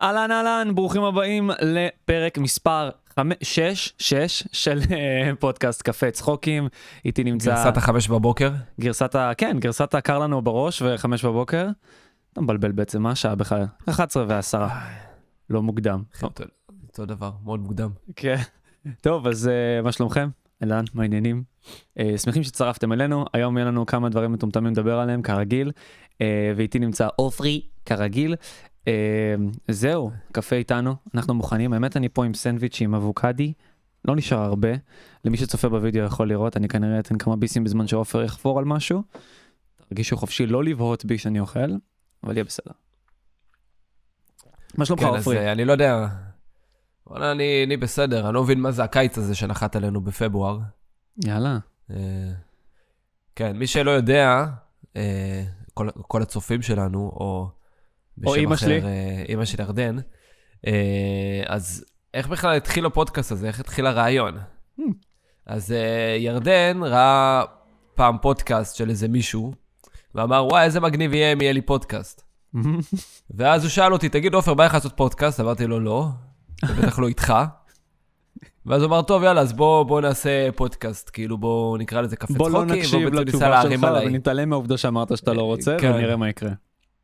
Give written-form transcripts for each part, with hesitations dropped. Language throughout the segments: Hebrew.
אהלן אהלן, ברוכים הבאים לפרק מספר 6 של פודקאסט קפה צחוקים. איתי נמצא... גרסת 5 בבוקר? גרסת קר לנו בראש ו5 בבוקר. אתה מבלבל בעצם, מה השעה בכלל? 11:10. לא מוקדם. אותו דבר, מאוד מוקדם. כן. טוב, אז מה שלומכם? אהלן, מה העניינים? שמחים שצרפתם אלינו. היום יהיה לנו כמה דברים מטומטמים לדבר עליהם, כרגיל. ואיתי נמצא אופרי, כרגיל. זהו, קפה איתנו, אנחנו מוכנים. האמת אני פה עם סנדוויץ' עם אבוקדי, לא נשאר הרבה. למי שצופה בווידאו יכול לראות, אני כנראה אתן כמה ביסים בזמן שאופר יחפור על משהו. תרגישו חופשי לא לבהות בי שאני אוכל, אבל יהיה בסדר. מה שלומך אופרי? כן, אז אני לא יודע. אני בסדר, אני לא מבין מה זה הקיץ הזה שנחת עלינו בפברואר. יאללה. כן, מי שלא יודע, כל הצופים שלנו, או אמא שלי. אמא של ירדן. אז איך בכלל התחיל הפודקאסט הזה? איך התחיל הרעיון? אז ירדן ראה פעם פודקאסט של איזה מישהו, ואמר, וואי, איזה מגניב יהיה אם יהיה לי פודקאסט. ואז הוא שאל אותי, תגיד, אופר, בא לך לעשות פודקאסט? אמרתי לו, לא, זה בטח לא איתך. ואז הוא אמר, טוב, יאללה, אז בוא נעשה פודקאסט, כאילו בוא נקרא לזה קפה צחוקים. בוא לא נקשיב לתשובה שלך, ונתעלם מהעובדה שאמרת שאתה לא רוצה, ונראה מה יקרה.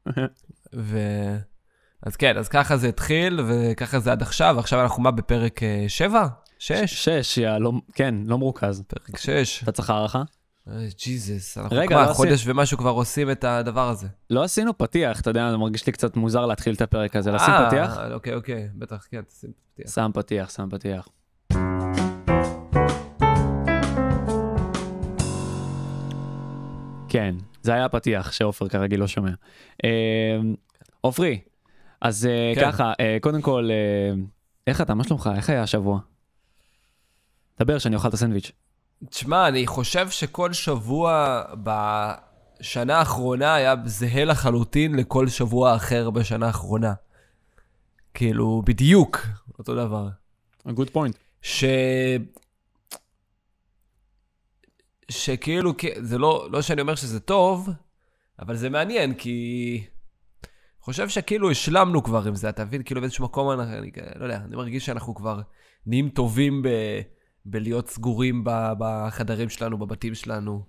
אז כן, אז ככה זה התחיל, וככה זה עד עכשיו. עכשיו אנחנו מה בפרק 7? 6? 6, כן, לא מרוכז. פרק 6. אתה צריך הערכה? ג'יזוס, אנחנו כבר חודש ומשהו כבר עושים את הדבר הזה. לא עשינו פתיח, אתה יודע, זה מרגיש לי קצת מוזר להתחיל את הפרק הזה. לשים פתיח? אוקיי, בטח, כן, תשים פתיח. שם פתיח. כן, זה היה פתיח שאופר כרגיל לא שומע. אופרי, אז ככה, קודם כל, איך אתה, מה שלומך? איך היה השבוע? דבר שאני אוכל את הסנדוויץ'. תשמע, אני חושב שכל שבוע בשנה האחרונה היה זהה לחלוטין לכל שבוע אחר בשנה האחרונה. כאילו, בדיוק, אותו דבר. A good point. שכאילו, זה לא שאני אומר שזה טוב, אבל זה מעניין, כי חושב שכאילו השלמנו כבר עם זה, אתה מבין? כאילו באיזשהו מקום, אני לא יודע, אני מרגיש שאנחנו כבר נהיים טובים בלהיות סגורים בחדרים שלנו, בבתים שלנו.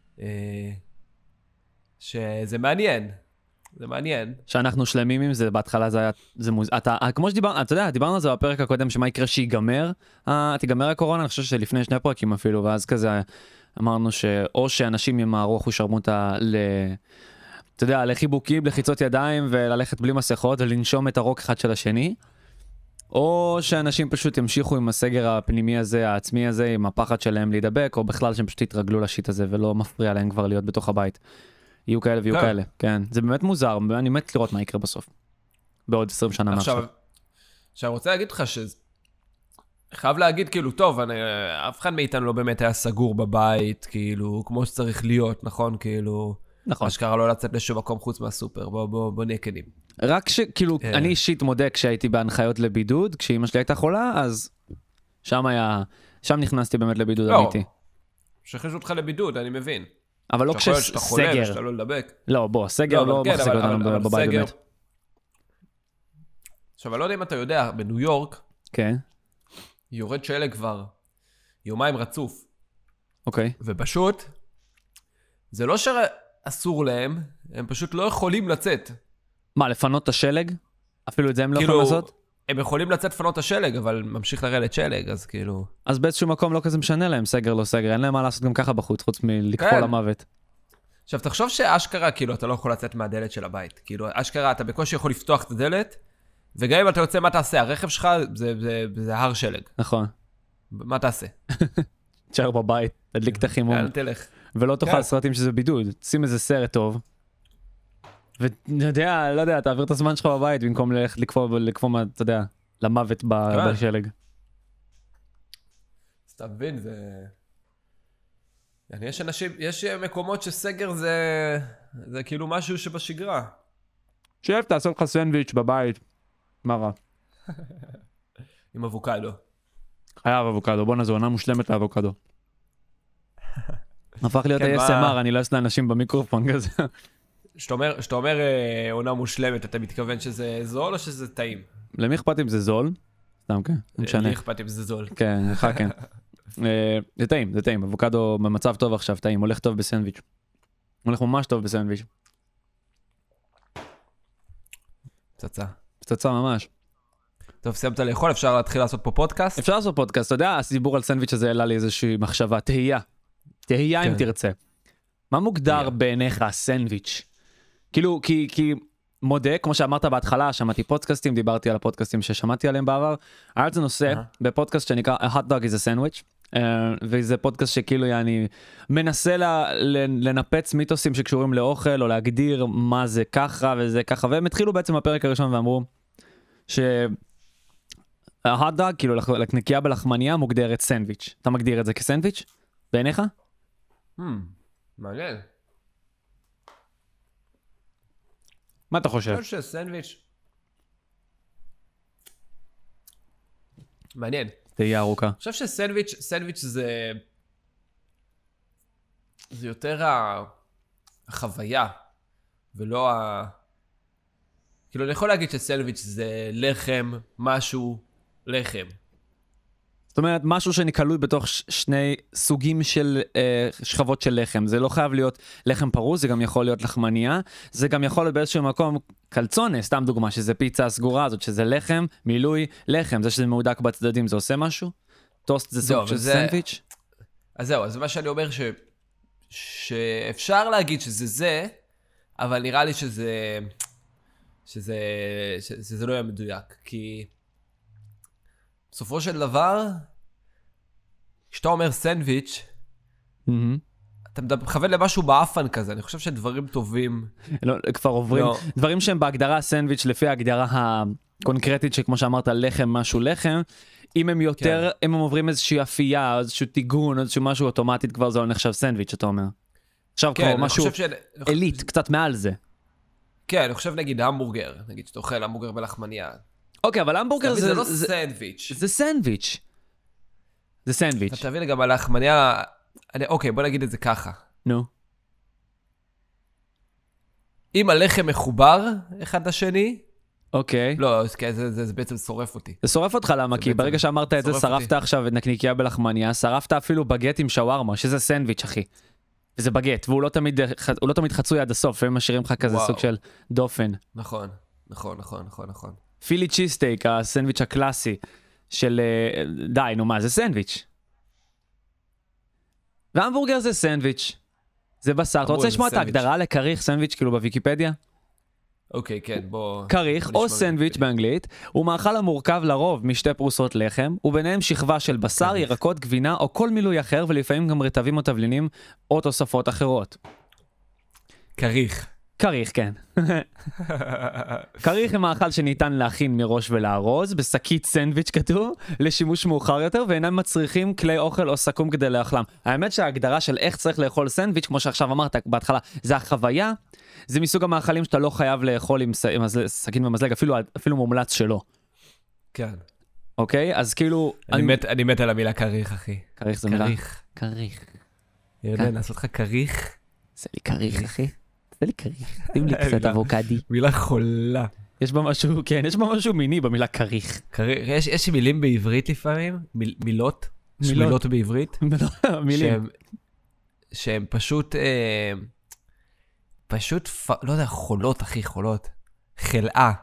שזה מעניין. זה מעניין. שאנחנו שלמים עם זה, בהתחלה זה היה, כמו שדיברנו, אתה יודע, דיברנו על זה בפרק הקודם, שמה יקרה שיגמר, תיגמר הקורונה, אני חושב שלפני 2 פרקים אפילו, ואז כזה אמרנו או שאנשים ימהרו אחושרמוטה אתה יודע, לחיבוקים, לחיצות ידיים, וללכת בלי מסכות, ולנשום את הרוק אחד של השני, או שאנשים פשוט ימשיכו עם הסגר הפנימי הזה, העצמי הזה, עם הפחד שלהם להידבק, או בכלל שהם פשוט יתרגלו לשיט הזה, ולא מפריע להם כבר להיות בתוך הבית. יהיו כאלה ויהיו כאלה, כן. זה באמת מוזר, אני מת לראות מה יקרה בסוף. בעוד 20 שנה מעכשיו. עכשיו, אני רוצה להגיד לך חייב להגיד, כאילו, טוב, אף אחד מאיתנו לא באמת היה סגור בבית, כאילו, כמו שצריך להיות, נכון? כאילו, נכון. אשכרה לא לצאת לשום מקום חוץ מהסופר, בוא נהיה כנים. רק שכאילו, אני אישית מודה כשהייתי בהנחיות לבידוד, כשאמא שלי הייתה חולה, אז שם נכנסתי באמת לבידוד אמיתי. שחרשו אותך לבידוד, אני מבין. אבל לא כשסגר. שאתה חולה ושאתה לא לדבק. לא, בוא, סגר לא מחזיק אותנו בבית באמת. עכשיו, אני לא יודע אם אתה יודע, בניו יורק, כן. יורד שלג כבר יומיים רצוף. אוקיי. ופשוט, זה לא שאסור להם, הם פשוט לא יכולים לצאת. מה, לפנות את השלג? אפילו את זה הם לא יכולים לעשות? הם יכולים לצאת לפנות את השלג, אבל ממשיך לרדת שלג, אז כאילו... אז באיזשהו מקום לא כזה משנה להם, סגר לא סגר, אין להם מה לעשות גם ככה בחוץ, חוץ מלקפוא למוות. עכשיו, תחשוב שאשכרה, כאילו, אתה לא יכול לצאת מהדלת של הבית. כאילו, אשכרה, אתה בקושי יכול לפתוח את הדלת, וגם אם אתה יוצא, מה תעשה? הרכב שלך זה הר שלג. נכון. מה תעשה? תשאר בבית, תדליק את החימום. יאללה, תלך. ולא תאכל סרטים שזה בידוד. שים איזה סרט טוב. לא יודע, תעביר את הזמן שלך בבית, במקום ללכת לקפוא, אתה יודע, למוות בשלג. אז אתה מבין, יש מקומות שסגר זה כאילו משהו שבשגרה. שב, תעשה לך סנדוויץ' בבית. מה רע? עם אבוקדו. חייב אבוקדו, בוא נעזור, עונה מושלמת לאבוקדו. הפך להיות ASMR, אני לא אעשה לאנשים במיקרופון כזה. שאתה אומר עונה מושלמת, אתה מתכוון שזה זול או שזה טעים? למי אכפת אם זה זול? סתם כן, זה משנה. לי אכפת אם זה זול. כן, לך כן. זה טעים, זה טעים. אבוקדו במצב טוב עכשיו, טעים. הולך טוב בסנדוויץ'. הולך ממש טוב בסנדוויץ'. פצצה. פצצה ממש. טוב, סיימת לאכול, אפשר להתחיל לעשות פה פודקאסט? אפשר לעשות פודקאסט, אתה יודע, הסיבור על סנדוויץ' הזה העלה לי איזושהי מחשבה, תהייה אם תרצה. מה מוגדר בעיניך סנדוויץ'? כאילו, כי מודה, כמו שאמרת בהתחלה, שמעתי פודקאסטים, דיברתי על הפודקאסטים ששמעתי עליהם בעבר, היה את זה נושא בפודקאסט שנקרא A Hot Dog is a Sandwich, וזה פודקאסט שכאילו אני מנסה לנפץ מיתוסים שקשורים לאוכל, או להגדיר מה זה ככה וזה ככה, והם התחילו בעצם בפרק הראשון ואמרו, ה-hot dog, כאילו נקייה בלחמניה מוגדרת סנדוויץ'. אתה מגדיר את זה כסנדוויץ'? בעיניך? מעניין. מה אתה חושב? אני חושב שסנדוויץ' מעניין. תהיה ארוכה. אני חושב שסנדוויץ' זה יותר החוויה, ולא כאילו אני יכול להגיד שסנדוויץ' זה לחם, משהו, לחם. זאת אומרת, משהו שנקלוי בתוך שני סוגים של שכבות של לחם. זה לא חייב להיות לחם פרוס, זה גם יכול להיות לחמניה, זה גם יכול להיות באיזשהו מקום קלצונה, סתם דוגמה, שזה פיצה סגורה הזאת, שזה לחם, מילוי, לחם, זה שזה מעודק בצדדים, זה עושה משהו? טוסט זה סוג של סנדוויץ'? אז זהו, אז מה שאני אומר שאפשר להגיד שזה, אבל נראה לי שזה לא יהיה מדויק, כי בסופו של דבר, כשאתה אומר סנדוויץ', אתה מכוון למשהו באפן כזה, אני חושב שדברים טובים. לא, כבר עוברים, דברים שהם בהגדרה סנדוויץ' לפי ההגדרה הקונקרטית שכמו שאמרת, לחם, משהו לחם, אם הם יותר, אם הם עוברים איזושהי אפייה, איזשהו טיגון, איזשהו משהו אוטומטית, כבר זה לא נחשב סנדוויץ', אתה אומר. עכשיו כבר משהו אלית, קצת מעל זה. כן, אני חושב נגיד המבורגר, נגיד שאתה אוכל המבורגר בלחמניה. אוקיי, אבל המבורגר זה לא סנדוויץ'. זה סנדוויץ'. זה סנדוויץ'. אתה תבין גם על הלחמניה, אוקיי, בוא נגיד את זה ככה. נו. אם הלחם מחובר אחד לשני, אוקיי. לא, זה בעצם שורף אותי. זה שורף אותך למה? כי ברגע שאמרת את זה, שרפת עכשיו את נקניקיה בלחמניה, שרפת אפילו בגט עם שווארמה, שזה סנדוויץ', אחי. וזה בגט, והוא לא תמיד חצוי עד הסוף, והם משאירים לך כזה סוג של דופן. נכון. פילי צ'יסטייק, הסנדוויץ' הקלאסי של די, נו מה, זה סנדוויץ'. והמבורגר זה סנדוויץ'. זה בשר. אתה רוצה לשמוע את ההגדרה לקריך סנדוויץ' כאילו בוויקיפדיה? אוקיי, כן, בוא. קריך או סנדוויץ' באנגלית הוא מאכל המורכב לרוב משתי פרוסות לחם, וביניהם שכבה של בשר, ירקות, גבינה או כל מילוי אחר, ולפעמים גם רטבים או תבלינים או תוספות אחרות. קריך. קריך, כן. קריך הם מאכל שניתן להכין מראש ולארוז, בשקית סנדוויץ' כתוב, לשימוש מאוחר יותר, ואינם מצריכים כלי אוכל או סכו"ם כדי לאכלם. האמת שההגדרה של איך צריך לאכול סנדוויץ', כמו שעכשיו אמרת בהתחלה, זה החוויה, זה מסוג המאכלים שאתה לא חייב לאכול עם סכין ומזלג, אפילו מומלץ שלו. כן. אוקיי? אז כאילו... אני מת על המילה קריך, אחי. קריך זה מילה? קריך. ירדן, לעשות לך קריך? זה לי קריך, אחי. זה לי קריך. שים לי קצת אבוקדי. מילה חולה. יש בה משהו, כן, יש בה משהו מיני במילה קריך. יש מילים בעברית לפעמים, מילות בעברית, מילים. שהם פשוט, לא יודע, חולות, אחי, חולות. חלאה.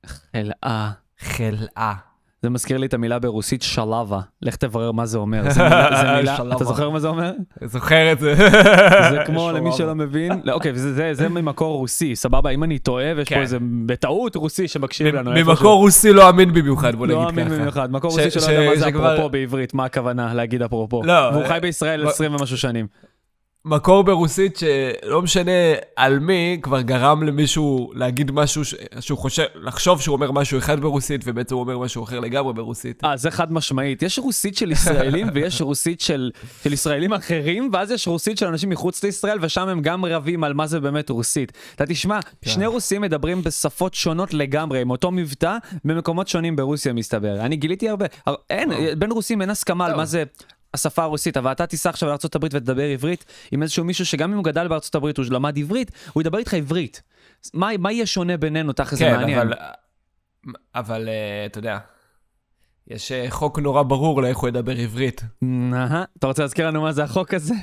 חלאה. זה מזכיר לי את המילה ברוסית שלווה. לך תברר מה זה אומר. זה מילה, אתה זוכר מה זה אומר? זוכר את זה. זה כמו למי שלא מבין. אוקיי, זה ממקור רוסי, סבבה? אם אני טועה, ויש פה איזה בטעות רוסי שמקשיב לנו. ממקור רוסי לא אמין במיוחד, בוא נגיד ככה. לא אמין במיוחד. מקור רוסי שלא יודע מה זה אפרופו בעברית, מה הכוונה להגיד אפרופו. והוא חי בישראל 20 ומשהו שנים. מקור ברוסית שלא משנה על מי, כבר גרם למישהו להגיד משהו שהוא חושב, לחשוב שהוא אומר משהו אחד ברוסית, ובעצם הוא אומר משהו אחר לגמרי ברוסית. זה חד משמעית. יש רוסית של ישראלים, ויש רוסית של ישראלים אחרים, ואז יש רוסית של אנשים מחוץ לישראל, ושם הם גם רבים על מה זה באמת רוסית. אתה תשמע, שני רוסים מדברים בשפות שונות לגמרי, עם אותו מבטא, במקומות שונים ברוסיה מסתבר. אני גיליתי הרבה. בין רוסים אין הסכמה על מה זה השפה הרוסית, אבל אתה תיסע עכשיו לארצות הברית ותדבר עברית עם איזשהו מישהו שגם אם הוא גדל בארצות הברית הוא למד עברית, הוא ידבר איתך עברית. מה יהיה שונה בינינו? תכף זה מעניין. אבל אתה יודע, יש חוק נורא ברור לאיך הוא ידבר עברית. אתה רוצה להזכיר לנו מה זה החוק הזה?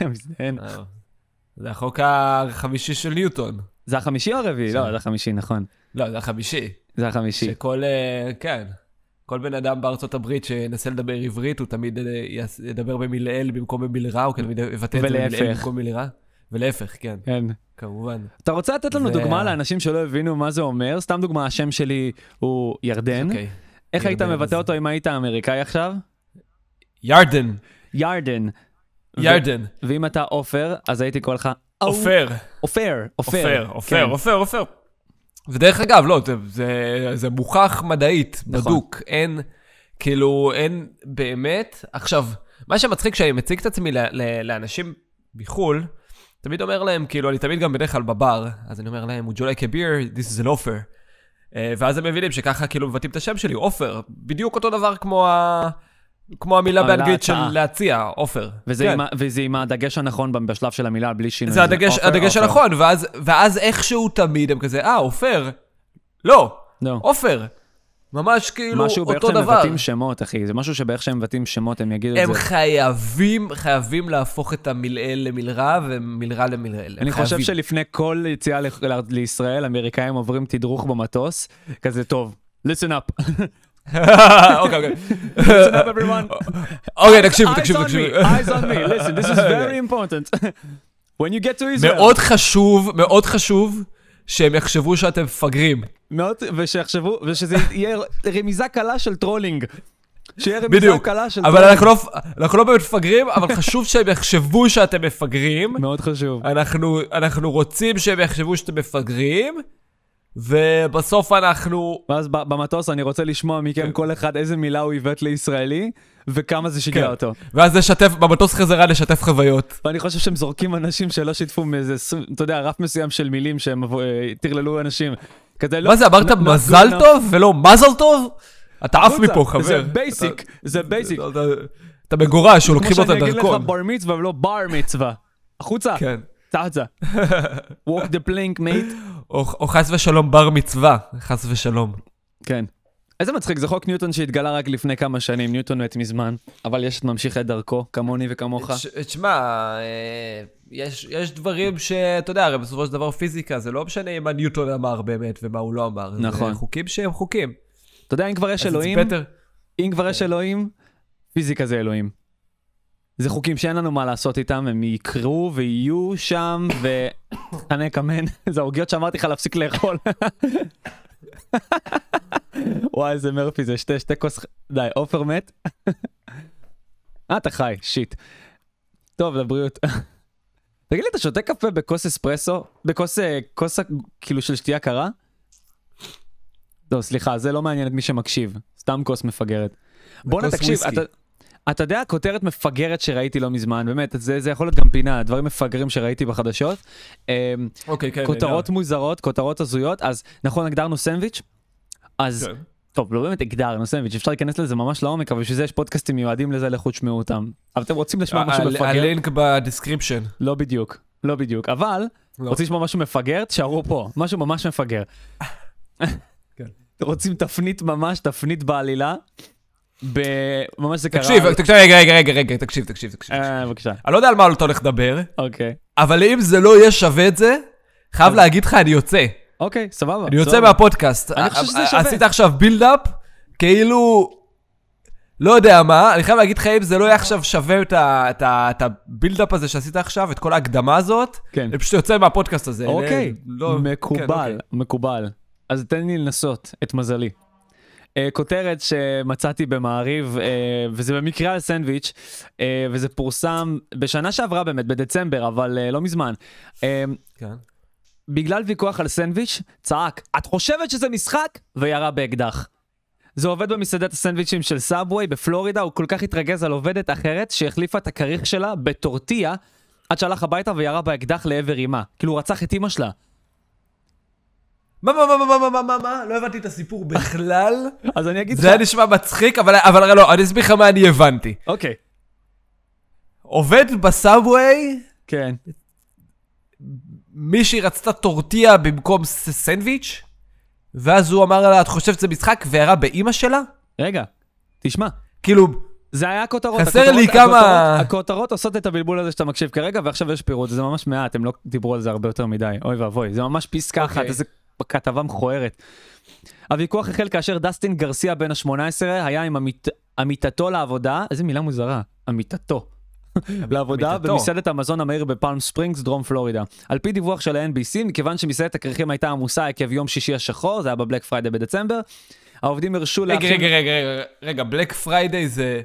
זה החוק החמישי של ניוטון. זה החמישי או הרביעי? לא, זה החמישי, נכון. לא, זה החמישי. זה החמישי. שכל, כן, כל בן אדם בארצות הברית שינסה לדבר עברית, הוא תמיד ידבר במילאל במקום במילרע, הוא תמיד יבטא את זה במילאל במקום במילרע. ולהפך, כן. כן. כמובן. אתה רוצה לתת לנו דוגמה לאנשים שלא הבינו מה זה אומר? סתם דוגמה, השם שלי הוא ירדן. איך היית מבטא אותו אם היית אמריקאי עכשיו? ירדן. ירדן. ירדן. ואם אתה אופר, אז הייתי קורא לך... אופר. אופר. אופר. ודרך אגב, לא, זה מוכח מדעית, בדוק. אין, כאילו, אין באמת. עכשיו, מה שמצחיק שאני מציג את עצמי לאנשים בחול, תמיד אומר להם, כאילו, אני תמיד גם בדרך כלל בבר, אז אני אומר להם, would you like a beer? This is an offer. ואז הם מבינים שככה כאילו מבטאים את השם שלי, אופר. בדיוק אותו דבר כמו המילה באנגלית של להציע, אופר. וזה עם הדגש הנכון בשלב של המילה, בלי שינוי. זה הדגש הנכון, ואז איכשהו תמיד הם כזה, אופר. לא, אופר. ממש כאילו אותו דבר. משהו באיך שהם מבטאים שמות, אחי. זה משהו שבאיך שהם מבטאים שמות, הם יגידו את זה. הם חייבים להפוך את המילאל למילרע, ומילרע למילאל. אני חושב שלפני כל יציאה לישראל, אמריקאים עוברים תדרוך במטוס, כזה טוב. Listen up. אוקיי. Listen up everyone. אוקיי, תקשיב. Eyes on me. Listen, this is very important. When you get to Israel. מאוד חשוב. שהם יחשבו שאתם מפגרים. מאוד, ושזה יהיה רמיזה קלה של טרולינג. שיהיה רמיזה קלה של טרולינג. אבל אנחנו לא באמת מפגרים, אבל חשוב שהם יחשבו שאתם מפגרים. מאוד חשוב. אנחנו רוצים שהם יחשבו שאתם מפגרים, ובסוף אנחנו... ואז במטוס אני רוצה לשמוע מכם כל אחד איזה מילה הוא יבט לישראלי, וכמה זה שיגע אותו. ואז במטוס חזרה לשתף חוויות. ואני חושב שהם זורקים אנשים שלא שיתפו מאיזה, אתה יודע, רף מסוים של מילים שהם תרללו אנשים. מה זה, אמרת מזל טוב ולא מזל טוב? אתה עף מפה, חבר. זה בייסיק. אתה מגורש, הולכים לו את הדרכון. כמו שאני אגיד לך בר מצווה ולא בר מצווה. החוצה. כן. צעצה. walk the plank, mate. או חס ושלום בר מצווה. חס ושלום. כן. איזה מצחיק, זה חוק ניוטון שהתגלה רק לפני כמה שנים, ניוטון מת מזמן, אבל יש את ממשיך את דרכו, כמוני וכמוך. תשמע, יש דברים שאתה יודע, הרי בסופו של דבר פיזיקה, זה לא משנה מה ניוטון אמר באמת ומה הוא לא אמר. נכון. זה חוקים שהם חוקים. אתה יודע, אם כבר יש אלוהים, פיזיקה זה אלוהים. זה חוקים שאין לנו מה לעשות איתם, הם יקרו ויהיו שם, וחנק אמן, זה העוגיות שאמרתי לך להפסיק לאכול. וואי, איזה מרפי, זה שתי כוס... די, אופר מת. אתה חי, שיט. טוב, לבריאות. תגיד לי, אתה שותה קפה בכוס אספרסו? בכוס כאילו של שתייה קרה? לא, סליחה, זה לא מעניין את מי שמקשיב. סתם כוס מפגרת. בוא נתקשיב, אתה יודע, כותרת מפגרת שראיתי לא מזמן, באמת, זה יכול להיות גם פינה, דברים מפגרים שראיתי בחדשות. כותרות מוזרות, כותרות הזויות, אז נכון, הגדרנו סנדוויץ', אז, טוב, לא באמת הגדרנו סנדוויץ', אפשר להיכנס לזה ממש לעומק, אבל בשביל זה יש פודקאסטים מיועדים לזה, לכו תשמעו אותם. אבל אתם רוצים לשמוע משהו מפגר? הלינק בדיסקריפשן. לא בדיוק, אבל, רוצים לשמוע משהו מפגר? תשארו פה, משהו ממש מפגר. רוצים תפנית בעלילה? ממש זה קרה... תקשיב. בבקשה. אני לא יודע על מה אתה הולך לדבר. אוקיי. אבל אם זה לא יהיה שווה את זה, חייב להגיד לך, אני יוצא. אוקיי, סבבה. אני יוצא מהפודקאסט. אני חושב שזה שווה. עשית עכשיו בילדאפ, כאילו... לא יודע מה, אני חייב להגיד לך, אם זה לא יהיה עכשיו שווה את הבילדאפ הזה שעשית עכשיו, את כל ההקדמה הזאת, אני פשוט יוצא מהפודקאסט הזה. אוקיי, מקובל. אז תן לי לנסות את מזלי. כותרת שמצאתי במעריב, וזה במקרה על סנדוויץ', וזה פורסם בשנה שעברה באמת, בדצמבר, אבל לא מזמן. בגלל ויכוח על סנדוויץ', צעק, את חושבת שזה משחק? וירה באקדח. זה עובד במסעדת הסנדוויצ'ים של סאבווי בפלורידה, הוא כל כך התרגז על עובדת אחרת שהחליפה את הכריך שלה בטורטיה, עד שהלך הביתה וירה באקדח לעבר אימה. כאילו הוא רצח את אימא שלה. מה? לא הבנתי את הסיפור בכלל. אז אני אגיד לך. זה היה נשמע מצחיק, אבל לא, אני אסביר לך מה אני הבנתי. אוקיי. עובד בסאבווי. כן. מישהי רצתה טורטיה במקום סנדוויץ', ואז הוא אמר לה, את חושבת שזה משחק, והראה באמא שלה? רגע, תשמע. כאילו, זה היה הכותרות. חסר לי כמה... הכותרות עושות את הבלבול הזה שאתה מקשיב כרגע, ועכשיו יש פירוט, זה ממש מעט, הם לא דיברו על זה הרבה יותר מדי. אוי ואבוי, זה ממש פסקה אחת, איזה כתבה מכוערת. הוויכוח החל כאשר דסטין גרסיה בן ה-18 היה עם עמיתתו לעבודה, איזה מילה מוזרה, עמיתתו. לעבודה במסעדת המזון המהיר בפלם ספרינגס, דרום פלורידה. על פי דיווח של ה-NBC, מכיוון שמסעדת הכריכים הייתה עמוסה עקב יום שישי השחור, זה היה בבלק פריידי בדצמבר, העובדים הרשו להכין... רגע, בלק פריידי זה...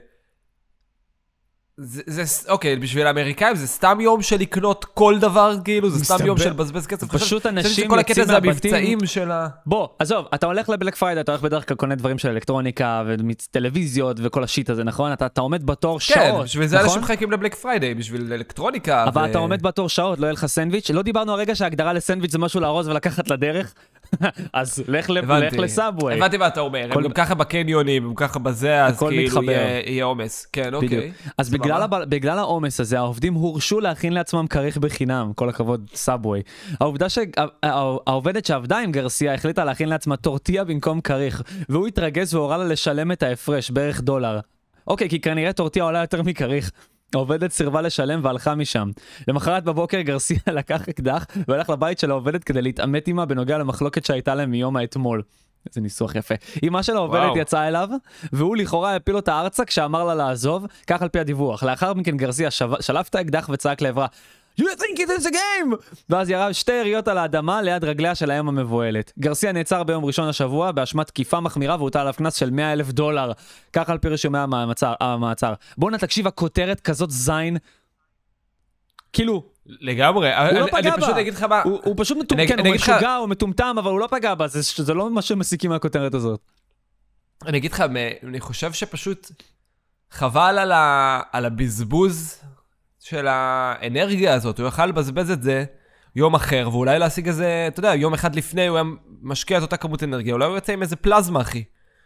אוקיי, בשביל האמריקאים זה סתם יום של לקנות כל דבר, כאילו, זה סתם יום של בזבז כסף. פשוט אנשים כל הקטע זה המבצעים של ה... בוא, עזוב, אתה הולך לבלק פריידי, אתה הולך בדרך כלל קונה דברים של אלקטרוניקה וטלוויזיות וכל השיט הזה, נכון? אתה עומד בתור שעות, כן, בשביל זה אנשים מחכים לבלק פריידי, בשביל אלקטרוניקה. אבל אתה עומד בתור שעות, לא יהיה לך סנדוויץ'. לא דיברנו הרגע שההגדרה לסנדוויץ' זה משהו לארוז ולקחת לדרך. אז לך לסאבווי. הבנתי מה אתה אומר, הם גם ככה בקניונים, הם ככה בזה, אז כאילו יהיה עומס. כן, אוקיי. אז בגלל העומס הזה, העובדים הורשו להכין לעצמם כריך בחינם, כל הכבוד סאבווי. העובדה שהעובדת שעבדה עם גרסיה החליטה להכין לעצמה טורטיה במקום כריך, והוא התרגז והורה לה לשלם את ההפרש, בערך $1. אוקיי, כי כנראה טורטיה עולה יותר מכריך. העובדת סירבה לשלם והלכה משם. למחרת בבוקר גרסיה לקח אקדח והלך לבית של העובדת כדי להתעמת עימה בנוגע למחלוקת שהייתה להם מיום האתמול. איזה ניסוח יפה. אמא של העובדת יצאה אליו, והוא לכאורה הפיל אותה ארצה כשאמר לה לעזוב, כך על פי הדיווח. לאחר מכן גרסיה שלף את האקדח וצעק לעברה, You think it is a game! ואז ירה 2 יריות על האדמה ליד רגליה של האם המבועלת. גרסיה נעצר ביום ראשון השבוע באשמת תקיפה מחמירה והוטל עליו קנס של $100,000. כך על פי רשומי המעצר. בואו נתקשיב, הכותרת כזאת זין. כאילו... לגמרי. הוא לא פגע בה. אגיד לך מה... הוא פשוט מטומטם, הוא משוגע, הוא מטומטם, אבל הוא לא פגע בה. זה לא מה שמסיקים מהכותרת הזאת. אני אגיד לך, אני חושב שפשוט חבל על הבזבוז של האנרגיה הזאת, הוא יוכל לבזבז את זה יום אחר, ואולי להשיג איזה, אתה יודע, יום אחד לפני הוא היה משקיע את אותה כמות אנרגיה, אולי הוא יוצא עם איזה פלזמה, אחי.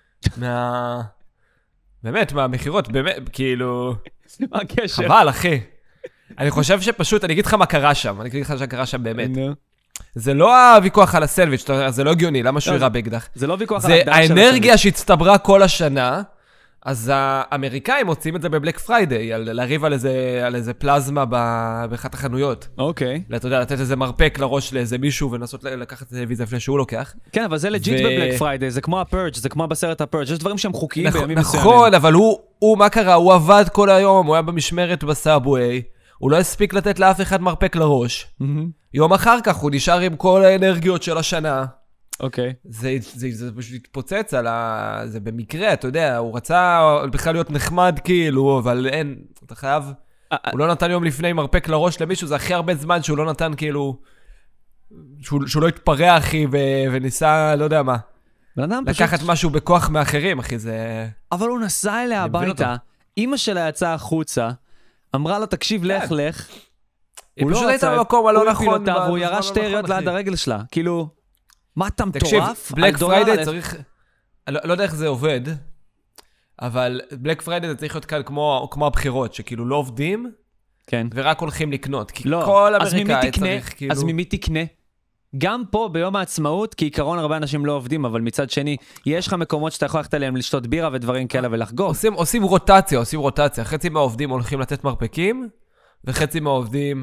באמת, מהמחירות, באמת, כאילו... מה הקשר? חבל, אחי. אני חושב שפשוט, אני אגיד לך מה קרה שם, אני אגיד לך שקרה שם באמת. זה לא הוויכוח על הסנדוויץ', זה לא הגיוני, למה שהוא ירה באקדח? זה לא ויכוח על האקדח של הסנדוויץ'. זה האנרגיה שהצטברה כל השנה, אז האמריקאים מוצאים את זה בבלק פריידי, להריב על איזה פלזמה באחת החנויות. אוקיי. אתה יודע, לתת איזה מרפק לראש לאיזה מישהו, ונסות לקחת טלוויזיה לפני שהוא לוקח. כן, אבל זה לג'יט בבלק פריידי, זה כמו הפרג', זה כמו בסרט הפרג', יש דברים שהם חוקיים בימים מסוימים. נכון, אבל הוא, מה קרה? הוא עבד כל היום, הוא היה במשמרת בסאבווי, הוא לא הספיק לתת לאף אחד מרפק לראש. יום אחר כך הוא נשאר עם כל האנרגיות של השנה. אוקיי. זה פשוט התפוצץ על זה במקרה, אתה יודע, הוא רצה בכלל להיות נחמד כאילו, אבל אין, אתה חייב, הוא לא נתן יום לפני מרפק לראש למישהו, זה הכי הרבה זמן שהוא לא נתן כאילו, שהוא לא התפרע אחי, וניסה, לא יודע מה, לקחת משהו בכוח מאחרים, אחי, זה... אבל הוא נסע אליה הביתה, אמא שלה יצאה החוצה, אמרה לו, תקשיב, לך. היא פשוט הייתה במקום הלא נכון, והוא ירה 2 יריות ליד הרגל שלה, כאילו... מה אתה מטורף? תקשיב, בלק פריידי צריך... לא יודע איך זה עובד, אבל בלק פריידי זה צריך להיות כאן כמו הבחירות, שכאילו לא עובדים, ורק הולכים לקנות. כי כל אמריקאי צריך כאילו... אז ממי תקנה? גם פה ביום העצמאות, כי עיקרון הרבה אנשים לא עובדים, אבל מצד שני, יש לך מקומות שאתה יכול ללכת עליהם לשתות בירה ודברים כאלה ולחגוג. עושים רוטציה. חצי מהעובדים הולכים לתת מרפקים, וחצי מהעובדים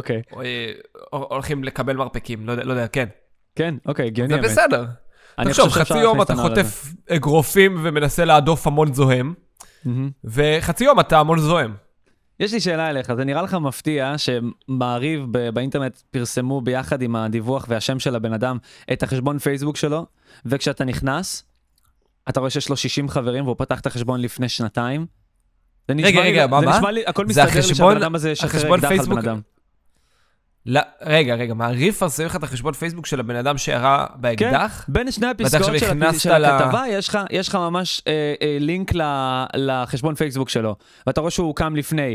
הולכים לקבל מרפקים. לא יודע, כן. כן, אוקיי, הגיוני. זה בסדר. תחשוב, חצי יום אתה חוטף אגרופים ומנסה להדוף המון זוהם, וחצי יום אתה המון זוהם. יש לי שאלה אליך, זה נראה לך מפתיע שמעריב באינטרנט פרסמו ביחד עם הדיווח והשם של הבן אדם את החשבון פייסבוק שלו, וכשאתה נכנס, אתה רואה שיש לו 60 חברים והוא פתח את החשבון לפני 2 רגע, מה? זה נשמע לי, הכל מסתדר לי שהבן אדם הזה שחרר אקדח על בן אדם. רגע, מעריב פרסם לך את החשבון פייסבוק של הבן אדם שירה באקדח? כן, בין שני הפסקאות של הכתבה, יש לך ממש לינק לחשבון פייסבוק שלו, ואתה רואה שהוא קם לפני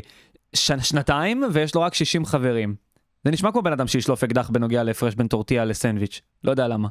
2 ויש לו רק 60 חברים. זה נשמע כמו בן אדם שישלוף אקדח בנוגע להפרש בין טורטיה לסנדוויץ'. לא יודע למה.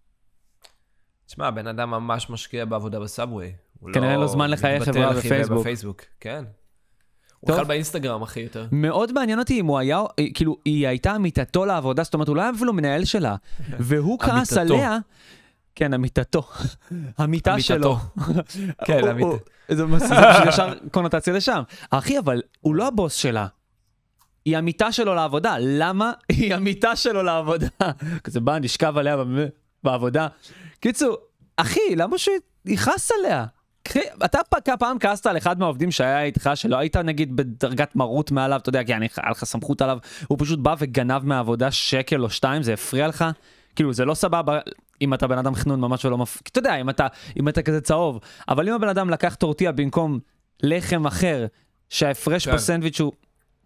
תשמע, בן אדם ממש משקיע בעבודה בסאבווי. כנראה לו זמן לחיי חברה בפייסבוק. כן. הוא אכל באינסטגרם, אחי, יותר. מאוד מעניין אותי אם הוא היה, כאילו, היא הייתה עמיתתו לעבודה, זאת אומרת, הוא לא היה אפילו מנהל שלה, והוא כעס עליה, כן, אמיתתו. המיטה שלו. כן, המיטה. זה ישר קונוטציה לשם. אחי, אבל הוא לא הבוס שלה. היא המיטה שלו לעבודה. למה היא המיטה שלו לעבודה? כזה בא, נשכב עליה בעבודה. קיצור, אחי, למה שהוא יכעס עליה? אתה פעם כעסת על אחד מהעובדים שהיה איתך, שלא היית נגיד בדרגת מרות מעליו, אתה יודע, כי היה לך סמכות עליו, הוא פשוט בא וגנב מהעבודה שקל או שתיים, זה הפריע לך? כאילו, זה לא סבבה אם אתה בן אדם חנון ממש ולא אתה יודע, אם אתה כזה צהוב, אבל אם הבן אדם לקח טורטיה במקום לחם אחר, שההפרש בסנדוויץ' הוא...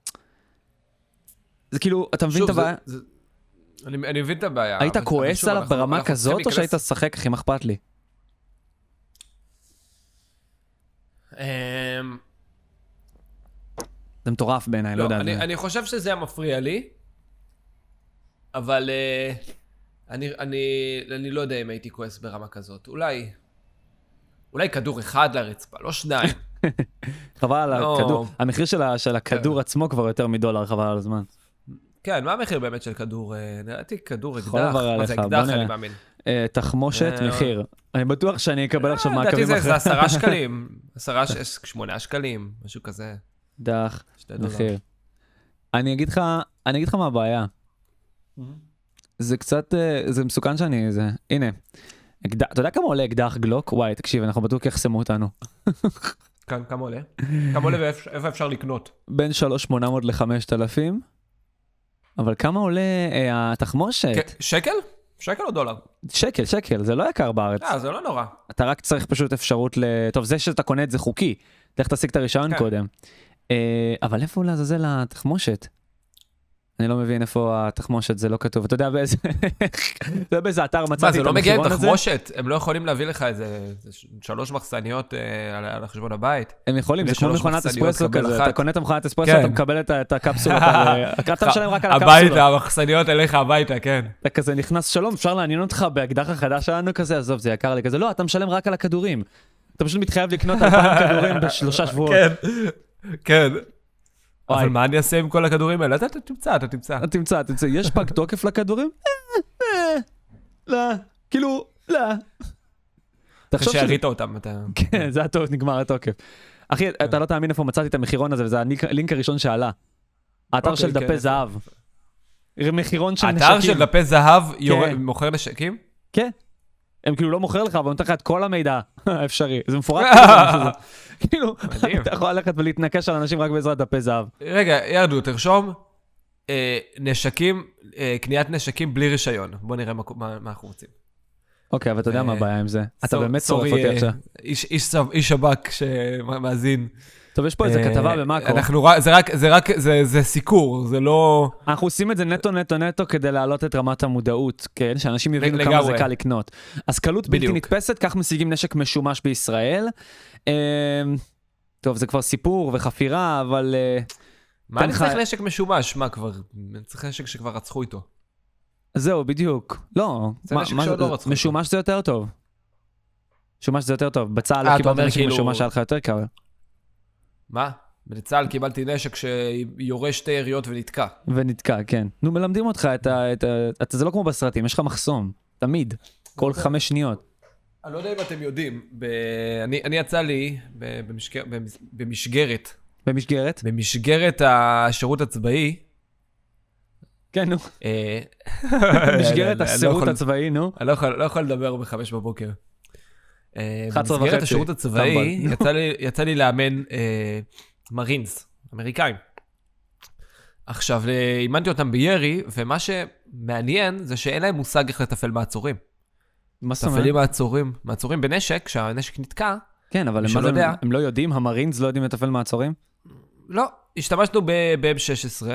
זה כאילו, אתה מבין את הבעיה? אני מבין את הבעיה. היית כועס עליו ברמה כזאת, או שהיית שחק, אחי, מה אכפת לי? זה מטורף בעיניי, לא יודע. אני חושב שזה היה מפריע לי, אבל אני לא יודע אם הייתי כועס ברמה כזאת. אולי כדור אחד לרצפה, לא שניים. חבל על הכדור. המחיר של הכדור עצמו כבר יותר $1, חבל על הזמן. כן, מה המחיר באמת של כדור? נראיתי כדור אקדח. מה זה אקדח, אני מאמין. תחמושת, מחיר. אני בטוח שאני אקבל עכשיו מעקבים אחרי. זה 10 שקלים, 8 שקלים, משהו כזה. דח, מחיר. אני אגיד לך מה הבעיה. זה קצת, זה מסוכן שאני, הנה. אתה יודע כמה עולה אקדח גלוק? וואי, תקשיב, אנחנו בטוח יחסמו אותנו. כמה עולה? כמה עולה ואיפה אפשר לקנות? בין 3,800 ל-5,000. אבל כמה עולה התחמושת? שקל? שקל או דולר? שקל, זה לא יקר בארץ. זה לא נורא. אתה רק צריך פשוט אפשרות טוב, זה שאתה קונה את זה חוקי. לך תשיג את הרישיון קודם. אבל איפה לעזאזל התחמושת? אני לא מבין איפה התחמושת, זה לא כתוב. אתה יודע באיזה אתר מצאתי את המחירון הזה? זה לא מגיע עם תחמושת? הם לא יכולים להביא לך איזה 3 מחסניות על חשבון הבית? הם יכולים, זה כמו מכונת אספרסו כזה. אתה קונה את המכונת אספרסו, אתה מקבל את הקפסולות. אתה משלם רק על הקפסולות. הביתה, המחסניות אליך הביתה, כן. אתה כזה נכנס, שלום, אפשר לעניין אותך באקדח החדש שלנו כזה? עזוב, זה יקר לי כזה. לא, אתה משלם רק על הכדורים. אתה פשוט מתחייב לקנות 2,000 כדורים ב3 שבועות. כן. אבל מה אני אעשה עם כל הכדורים האלה? אתה תמצא. יש פג תוקף לכדורים? לא. כאילו, לא. כשהראית אותם. כן, זה הטוב, נגמר התוקף. אחי, אתה לא תאמין איפה מצאתי את המחירון הזה, וזה הלינק הראשון שעלה. האתר של דפי זהב. מחירון של נשקים. האתר של דפי זהב מוכר נשקים? כן. הם כאילו לא מוכר לך, אבל נותן לך את כל המידע האפשרי. זה מפורט. כאילו, אתה יכול ללכת ולהתנקש על אנשים רק בעזרת דפי זהב. רגע, ירדו, תרשום. נשקים, קניית נשקים בלי רישיון. בוא נראה מה אנחנו רוצים. אוקיי, אבל אתה יודע מה הבעיה עם זה. אתה באמת צורף אותי עכשיו. איש שב"כ שמאזין. טוב, יש פה איזה כתבה במאקו. זה סיקור, זה לא... אנחנו עושים את זה נטו כדי להעלות את רמת המודעות, כן? שאנשים יבינו כמה זה קל לקנות. אז קלות בלתי נתפסת, כך משיגים נשק משומש בישראל. טוב, זה כבר סיפור וחפירה, אבל... מה אני צריך נשק משומש? מה כבר? אני צריך נשק שכבר רצחו איתו. זהו, בדיוק. לא. זה נשק שעוד לא רצחו איתו. משומש זה יותר טוב. משומש זה יותר טוב. בצה"ל לא קיבלת נשק משומש, היה לך יותר קל. מה? בצה"ל קיבלתי נשק שיורה 2 יריות ונתקע. כן. נו, מלמדים אותך זה לא כמו בסרטים, יש לך מחסום. תמיד. כל 5 שניות. אני לא יודע אם אתם יודעים, אני יצא לי במשגרת. במסגרת השירות הצבאי. כן, נו. משגרת השירות הצבאי, נו. אני לא יכול לדבר ב5 בבוקר. במסגרת השירות הצבאי, יצא לי לאמן מרינס, אמריקאים. עכשיו, אימנתי אותם בירי, ומה שמעניין זה שאין להם מושג איך לטפל מעצורים. מה זאת אומרת? מטפלים מעצורים בנשק, כשהנשק נתקע. כן, אבל הם לא יודעים, המרינס לא יודעים לטפל מעצורים? לא, השתמשנו ב-M16,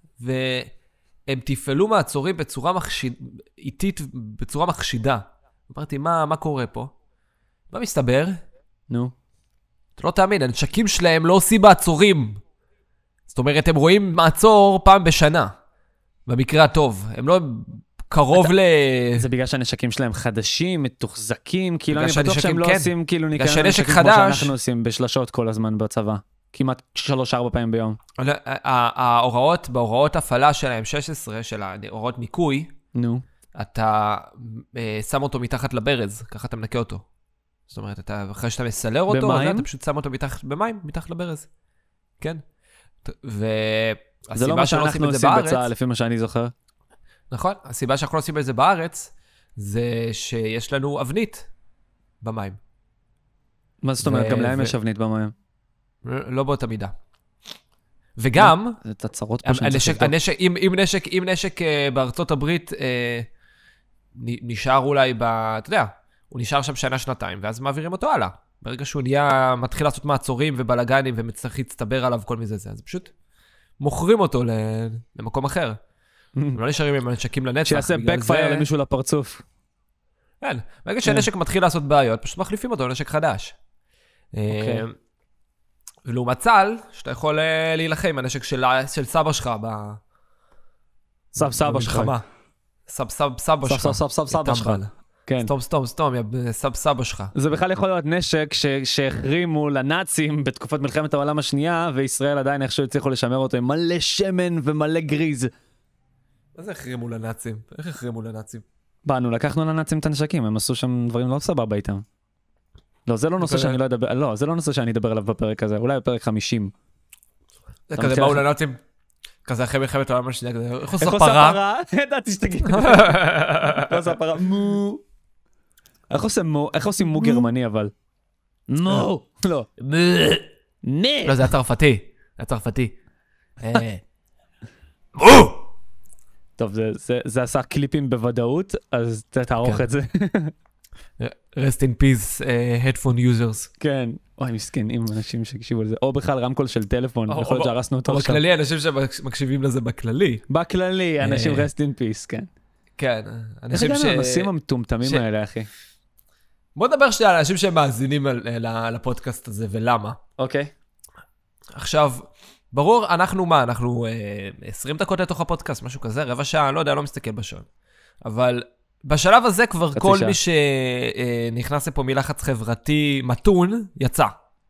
והם תפעלו מעצורים בצורה איטית, בצורה מחשידה. אמרתי, מה קורה פה? מה מסתבר? נו. אתה לא תאמין, הנשקים שלהם לא עושים מעצורים. זאת אומרת, הם רואים מעצור פעם בשנה. במקרה הטוב. הם לא קרוב זה בגלל שהנשקים שלהם חדשים, מתוחזקים, כאילו אני בטוח שהם לא עושים כאילו ניקיון נשקים כמו שאנחנו עושים בשלשות כל הזמן בצבא. כמעט 3-4 פעמים ביום. בהוראות הפעלה של ה-M16, של ההוראות ניקוי, אתה שם אותו מתחת לברז, ככה אתה מנקה אותו. זאת אומרת, אחרי שאתה מסלר אותו, במים? אתה פשוט שם אותו במים, מתחת לברז. כן. זה לא מה שאנחנו עושים בצה"ל, לפי מה שאני זוכר. נכון, הסיבה שאנחנו לא עושים את זה בארץ, זה שיש לנו אבנית במים. מה זאת אומרת? גם להם יש אבנית במים. לא באותה מידה. וגם, זה תצרות פה שצריך לבדוק. אם נשק בארצות הברית נשאר אולי, אתה יודע, הוא נשאר שם שנה-שנתיים, ואז מעבירים אותו הלאה. ברגע שהוא מתחיל לעשות מעצורים ובלגנים, וצריך להצטבר עליו כל מזה, אז פשוט מוכרים אותו למקום אחר. הם לא נשארים עם הנשקים לנצח. שיעשה בקפייר למישהו לפרצוף. כן, ברגע שהנשק מתחיל לעשות בעיות, פשוט מחליפים אותו לנשק חדש. ולעומת צה"ל, שאתה יכול להילחם עם הנשק של סבא שלך סבא שלך. סבא שלך. כן. סתום, סבא שלך. זה בכלל יכול להיות נשק שהחרימו לנאצים בתקופת מלחמת העולם השנייה, וישראל עדיין איכשהו הצליחו לשמר אותו עם מלא שמן ומלא גריז. מה זה החרימו לנאצים? איך החרימו לנאצים? באנו, לקחנו לנאצים את הנשקים, הם עשו שם דברים לא סבבה איתם. לא, זה לא נושא שאני לא אדבר, לא, זה לא נושא שאני אדבר עליו בפרק הזה, אולי בפרק 50. זה כזה באו לנאצים, כזה אחרי מלחמת העולם השנייה, כזה, איך עושה פרה? פרה? ידעתי שתגיד. איך עושה פרה? מו. איך עושים מו גרמני אבל? מו. לא. לא, זה הצרפתי. זה הצרפתי. מו! טוב, זה עשה קליפים בוודאות, אז תערוך את זה. rest in peace, headphone users. כן. אוי, מסכנים, אנשים שהקשיבו לזה. או בכלל רמקול של טלפון, יכול להיות שהרסנו אותו עכשיו. בכללי, אנשים שמקשיבים לזה בכללי. בכללי, אנשים rest in peace, כן. כן, אנשים איך הגענו לנושאים המטומטמים האלה, אחי? בוא נדבר שנייה על אנשים שמאזינים לפודקאסט הזה, ולמה. אוקיי. עכשיו, ברור, אנחנו 20 דקות לתוך הפודקאסט, משהו כזה, רבע שעה, אני לא יודע, לא מסתכל בשעון. אבל בשלב הזה כבר כל מי שנכנס לפה מלחץ חברתי מתון, יצא.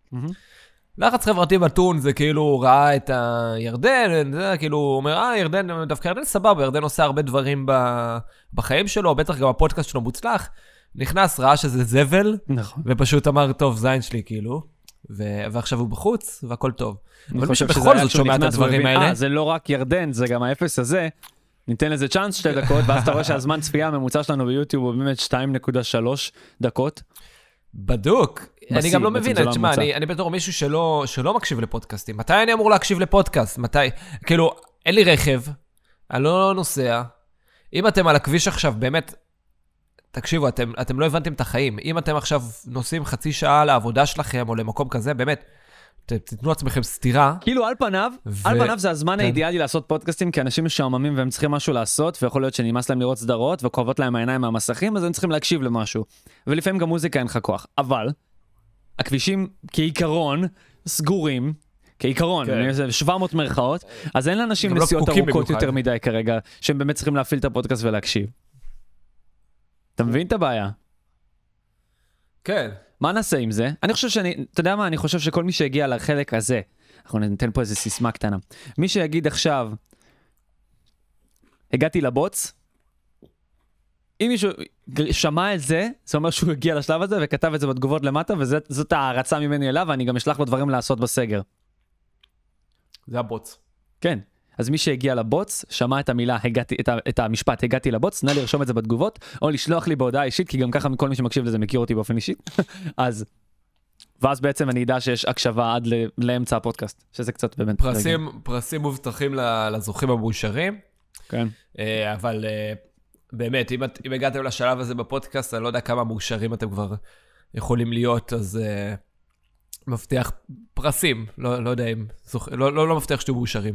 לחץ חברתי מתון זה כאילו הוא ראה את הירדן, זה כאילו הוא אומר, ירדן, דווקא ירדן סבבה, ירדן עושה הרבה דברים בחיים שלו, בטח גם הפודקאסט שלו מוצלח, נכנס, ראה שזה זבל, ופשוט אמר, טוב, זין שלי כאילו, ועכשיו הוא בחוץ, והכל טוב. אבל מי שבכל זאת שומע את הדברים האלה. זה לא רק ירדן, זה גם האפס הזה, ניתן לזה צ'אנס 2 דקות, ואז אתה רואה שהזמן צפייה הממוצע שלנו ביוטיוב הוא באמת 2.3 דקות. בדוק. אני גם לא מבין, אני בתור מישהו שלא מקשיב לפודקאסטים. מתי אני אמור להקשיב לפודקאסט? מתי? כאילו, אין לי רכב, אני לא נוסע. אם אתם על הכביש עכשיו, באמת, תקשיבו, אתם לא הבנתם את החיים. אם אתם עכשיו נוסעים חצי שעה לעבודה שלכם, או למקום כזה, באמת, תתנו עצמכם סתירה. כאילו על פניו זה הזמן האידיאלי לעשות פודקאסטים, כי אנשים משעממים והם צריכים משהו לעשות, ויכול להיות שנמאס להם לראות סדרות, וכואבות להם העיניים מהמסכים, אז הם צריכים להקשיב למשהו. ולפעמים גם מוזיקה אין לך כוח. אבל, הכבישים כעיקרון סגורים, כעיקרון, 700 מרכאות, אז אין לאנשים נסיעות ארוכות יותר מדי כרגע, שהם באמת צריכים להפעיל את הפודקאסט ולהקשיב. אתה מבין את הבעיה? כן. מה נעשה עם זה? אני חושב אתה יודע מה? אני חושב שכל מי שהגיע לחלק הזה, אנחנו ניתן פה איזה סיסמה קטנה. מי שיגיד עכשיו, הגעתי לבוץ, אם מישהו שמע את זה, זה אומר שהוא הגיע לשלב הזה, וכתב את זה בתגובות למטה, וזאת הערצה ממני אליו, ואני גם אשלח לו דברים לעשות בסגר. זה הבוץ. כן. אז מי שהגיע לבוץ, שמע את המילה, את המשפט, הגעתי לבוץ, נא לרשום את זה בתגובות, או לשלוח לי בהודעה אישית, כי גם ככה מכל מי שמקשיב לזה מכיר אותי באופן אישי. ואז בעצם אני אדע שיש הקשבה עד לאמצע הפודקאסט, שזה קצת באמת... פרסים מובטחים לזוכים המאושרים. כן. אבל באמת, אם הגעתם לשלב הזה בפודקאסט, אני לא יודע כמה מאושרים אתם כבר יכולים להיות, אז... מבטיח פרסים, לא יודע אם... לא מבטיח שתהיו מאושרים.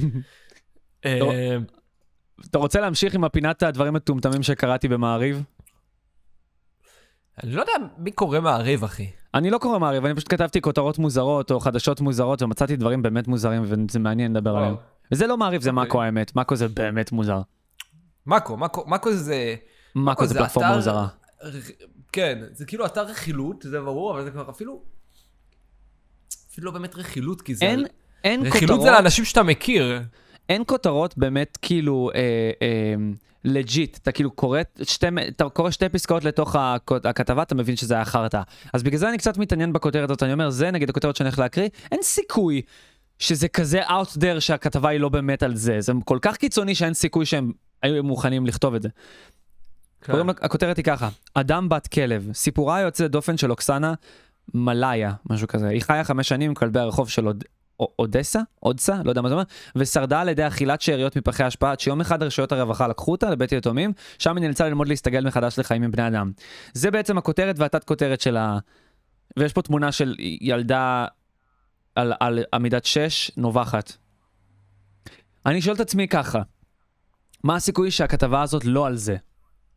אתה רוצה להמשיך עם הפינת הדברים המטומטמים שקראתי במעריב? אני לא יודע מי קורא מעריב, אחי. אני לא קורא מעריב, אני פשוט כתבתי כותרות מוזרות או חדשות מוזרות, ומצאתי דברים באמת מוזרים, וזה מעניין לדבר עליהם. וזה לא מעריב, זה מאקו האמת. מאקו זה באמת מוזר. מאקו זה... מאקו זה פלטפורמה מוזרה. כן, זה כאילו אתר רכילות, זה ברור, אבל זה כבר אפילו לא באמת רכילות, כי זה... אין רכילות זה לאנשים שאתה מכיר. אין כותרות באמת כאילו לג'יט, אתה כאילו קורא שתי פסקאות לתוך הכתבה, אתה מבין שזה היה חרטא. אז בגלל זה אני קצת מתעניין בכותרת הזאת, אני אומר, זה נגד הכותרת שאני הולך להקריא, אין סיכוי שזה כזה out there שהכתבה היא לא באמת על זה, זה כל כך קיצוני שאין סיכוי שהם היו מוכנים לכתוב את זה. הכותרת היא ככה, אדם בת כלב, סיפורה יוצא דופן של אוקסנה מלאיה, משהו כזה, היא חיה 5 שנים עם כלבי הרחוב של אודסה, לא יודע מה זה אומר, ושרדה על ידי אכילת שאריות מפחי השפעה, עד שיום אחד רשויות הרווחה לקחו אותה לבית יתומים, שם היא נאלצה ללמוד להסתגל מחדש לחיים עם בני אדם. זה בעצם הכותרת והתת כותרת שלה, ויש פה תמונה של ילדה על עמידת 6, נובחת. אני שואל את עצמי ככה, מה הסיכוי שהכתבה הזאת לא על זה?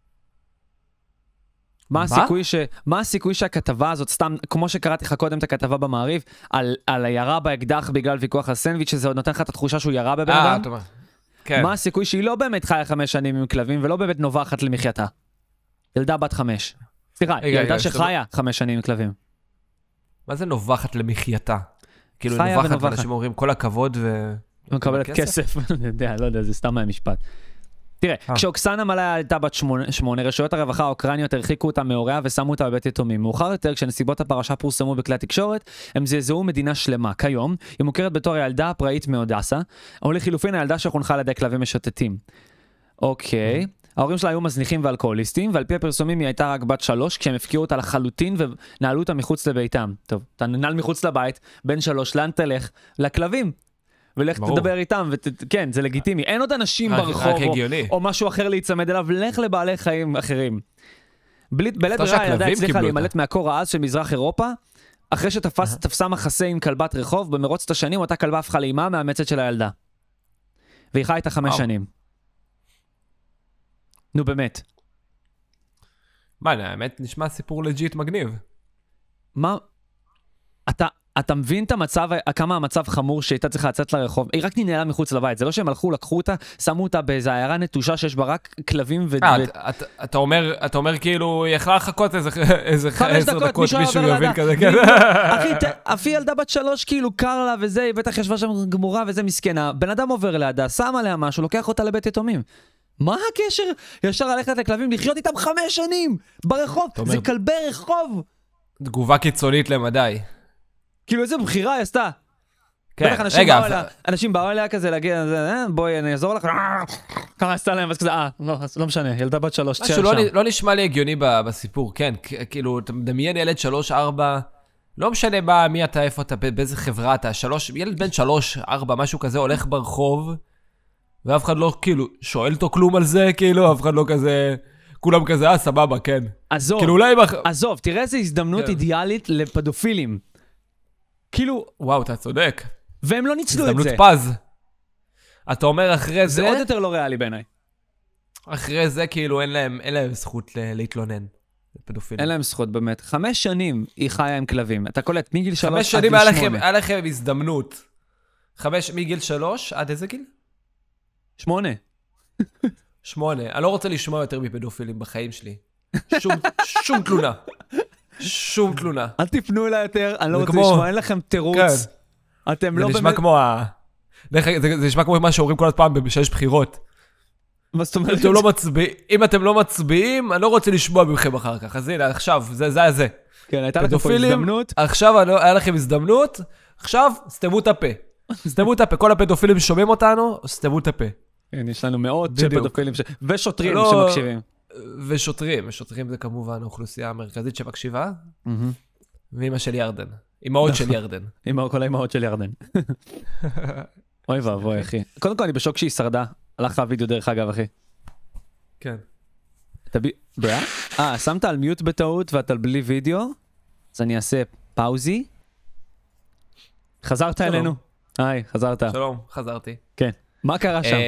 מה הסיכוי שהכתבה הזאת, סתם, כמו שקראתי לך קודם את הכתבה במעריב, על הירה באקדח בגלל ויכוח על סנדוויץ', שזה עוד נותן לך את התחושה שהוא ירה בבן אדם? כן. מה הסיכוי שהיא לא באמת חיה 5 שנים עם כלבים, ולא באמת נובחת למחייתה? ילדה בת 5. סליחה, ילדה שחיה 5 שנים עם כלבים. מה זה נובחת למחייתה? כאילו נובחת, אנשים אומרים כל הכבוד מקבלת כסף. לא יודע, זה סתם מהמשפט. תראה, כשאוקסנה מלאיה הייתה בת 8, רשויות הרווחה האוקראיניות הרחיקו אותה מהוריה ושמו אותה בבית יתומים. מאוחר יותר, כשנסיבות הפרשה פורסמו בכלי התקשורת, הם זעזעו מדינה שלמה. כיום, היא מוכרת בתור הילדה הפראית מאודסה, או לחילופין הילדה שחונכה על ידי כלבים משוטטים. אוקיי. ההורים שלה היו מזניחים ואלכוהוליסטים, ועל פי הפרסומים היא הייתה רק בת 3, כשהם הפקיעו אותה לחלוטין ונעלו אותה מחוץ לביתם. טוב, אתה ננעל מחוץ לבית, בן 3, לאן תלך? לכלבים. ולך תדבר איתם, וכן, זה לגיטימי. אין עוד אנשים ברחוב או משהו אחר להיצמד אליו, לך לבעלי חיים אחרים. בלית ברירה הילדה הצליחה להימלט מהקור העז של מזרח אירופה, אחרי שתפסה מחסה עם כלבת רחוב, במרוץ השנים אותה כלבה הפכה לאימה מאמצת של הילדה. והיא חיה איתה 5 שנים. נו באמת. מה, האמת נשמע סיפור לג'יט מגניב. מה? אתה מבין את המצב, כמה המצב חמור שהייתה צריכה לצאת לרחוב? היא רק ננעלה מחוץ לבית, זה לא שהם הלכו, לקחו אותה, שמו אותה באיזו עיירה נטושה שיש בה רק כלבים אתה אומר כאילו, היא יכלה לחכות איזה 10 דקות, מישהו יוביל כזה, כן. אחי, אפי ילדה בת 3, כאילו קר לה וזה, היא בטח ישבה שם גמורה וזה מסכנה, בן אדם עובר לידה, שם עליה משהו, לוקח אותה לבית יתומים. מה הקשר? ישר ללכת לכלבים, לחיות איתם 5 שנים ברחוב, זה כלבי רחוב. תגובה קיצונית למדי. כאילו איזה בחירה היא עשתה. כן, אנשים באו אליה כזה להגיד, בואי אני אעזור לך, ככה עשתה להם, ואז כזה, לא משנה, ילדה בת 3, משהו לא נשמע לי הגיוני בסיפור, כן, כאילו, אתה מדמיין ילד 3, 4, לא משנה מי אתה, איפה אתה, באיזה חברה אתה, ילד בן 3, 4, משהו כזה, הולך ברחוב, ואף אחד לא, כאילו, שואל אותו כלום על זה, כאילו, אף אחד לא כזה, כולם כזה, סבבה, כן. עזוב, תראה איזו הזדמנות אידיאלית לפדופילים. כאילו... וואו, אתה צודק. והם לא ניצלו את זה. הזדמנות פז. אתה אומר אחרי זה... זה עוד יותר לא ריאלי בעיניי. אחרי זה כאילו אין להם זכות להתלונן. פדופילים. אין להם זכות באמת. 5 שנים היא חיה עם כלבים. אתה קולט מגיל 3 עד גיל 8. 5 שנים היה לכם הזדמנות. מגיל 3 עד איזה גיל? 8. 8. אני לא רוצה לשמוע יותר מפדופילים בחיים שלי. שום תלונה. שום תלונה. אל תפנו אליי יותר, אני לא רוצה לשמוע, אין לכם תירוץ. אתם לא באמת... זה נשמע כמו זה נשמע כמו מה שאומרים כל פעם שיש בחירות. מה זאת אומרת? אם אתם לא מצביעים, אני לא רוצה לשמוע מכם אחר כך. אז הנה, עכשיו, זה. כן, הייתה לכם פה הזדמנות. עכשיו היה לכם הזדמנות, עכשיו סתמו את הפה. סתמו את הפה. כל הפדופילים שומעים אותנו, סתמו את הפה. כן, יש לנו מאות של פדופילים ושוטרים שמקשיבים. ושוטרים זה כמובן האוכלוסייה המרכזית שמקשיבה, ואמא של ירדן, אמאות של ירדן. כל האמאות של ירדן. אוי ואבוי, אחי. קודם כל אני בשוק שהיא שרדה, הלך הווידאו דרך אגב, אחי. כן. שמת על מיוט בטעות ואתה בלי וידאו, אז אני אעשה פאוזי. חזרת אלינו? היי, חזרת. שלום, חזרתי. כן. מה קרה שם?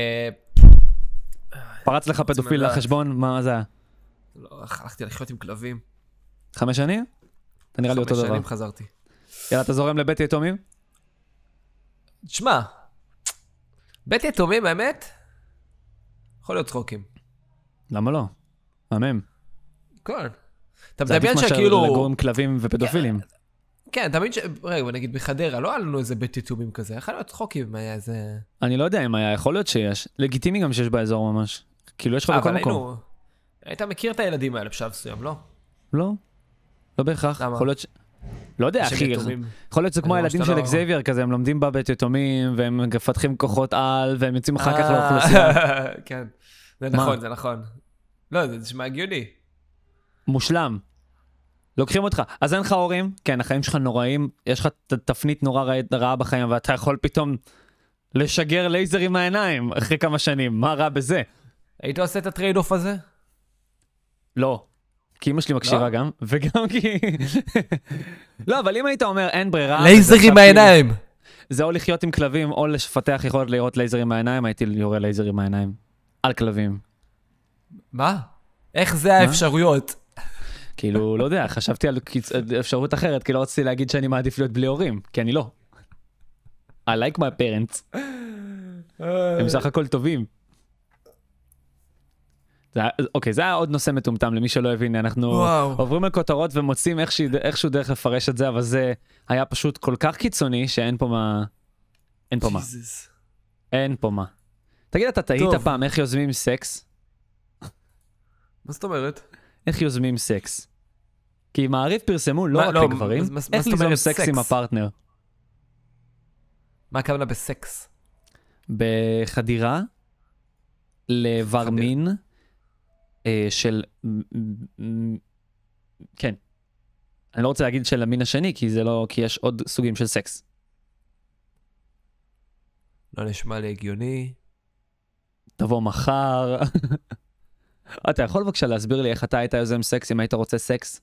פרץ לך פדופיל לחשבון, מה זה היה? לא, הלכתי לחיות עם כלבים. 5 שנים? אתה נראה לי אותו דבר. 5 שנים חזרתי. יאללה, אתה זורם לבית יתומים? תשמע, בית יתומים, האמת, יכול להיות צחוקים. למה לא? מהמם. כן. אתה מדמיין שכאילו... זה עדיף מאשר לגור עם כלבים ופדופילים. כן, תמיד רגע, נגיד בחדרה, לא היה לנו איזה בית יתומים כזה, יכול להיות צחוקים, היה איזה... אני לא יודע אם היה, יכול להיות שיש. לגיטימי גם שיש באזור ממש. כאילו יש לך בכל מקום. היית מכיר את הילדים האלה בשלב מסוים, לא? לא. לא בהכרח. למה? יכול להיות לא יודע, אחי. יכול להיות שזה כמו הילדים של אקזייביר כזה, הם לומדים בבית יתומים, והם מפתחים כוחות על, והם יוצאים אחר כך לאוכלוסייה. כן. זה נכון, זה נכון. לא, זה נשמע הגיוני. מושלם. לוקחים אותך. אז אין לך הורים? כן, החיים שלך נוראים, יש לך תפנית נורא רעה בחיים, ואתה יכול פתאום לשגר לייזרים מהעיניים אחרי כמה שנים. מה רע בזה? היית עושה את הטרייד אוף הזה? לא. כי אמא שלי מקשיבה גם, וגם כי... לא, אבל אם היית אומר, אין ברירה... לייזרים מהעיניים! זה או לחיות עם כלבים, או לפתח יכולת לראות לייזרים מהעיניים, הייתי יורה לייזרים מהעיניים. על כלבים. מה? איך זה האפשרויות? כאילו, לא יודע, חשבתי על אפשרות אחרת, כי לא רציתי להגיד שאני מעדיף להיות בלי הורים, כי אני לא. I like my parents. הם סך הכל טובים. אוקיי, זה היה עוד נושא מטומטם, למי שלא הבין, אנחנו עוברים על כותרות ומוצאים איכשהו דרך לפרש את זה, אבל זה היה פשוט כל כך קיצוני, שאין פה מה... אין פה מה. אין פה מה. תגיד, אתה תהית פעם איך יוזמים סקס? מה זאת אומרת? איך יוזמים סקס? כי מעריב פרסמו לא רק לגברים, איך ליזום סקס עם הפרטנר? מה הכוונה בסקס? בחדירה לאיבר מין של... כן. אני לא רוצה להגיד של המין השני, כי זה לא... כי יש עוד סוגים של סקס. לא נשמע לי הגיוני. תבוא מחר. אתה יכול בבקשה להסביר לי איך אתה היית יוזם סקס, אם היית רוצה סקס?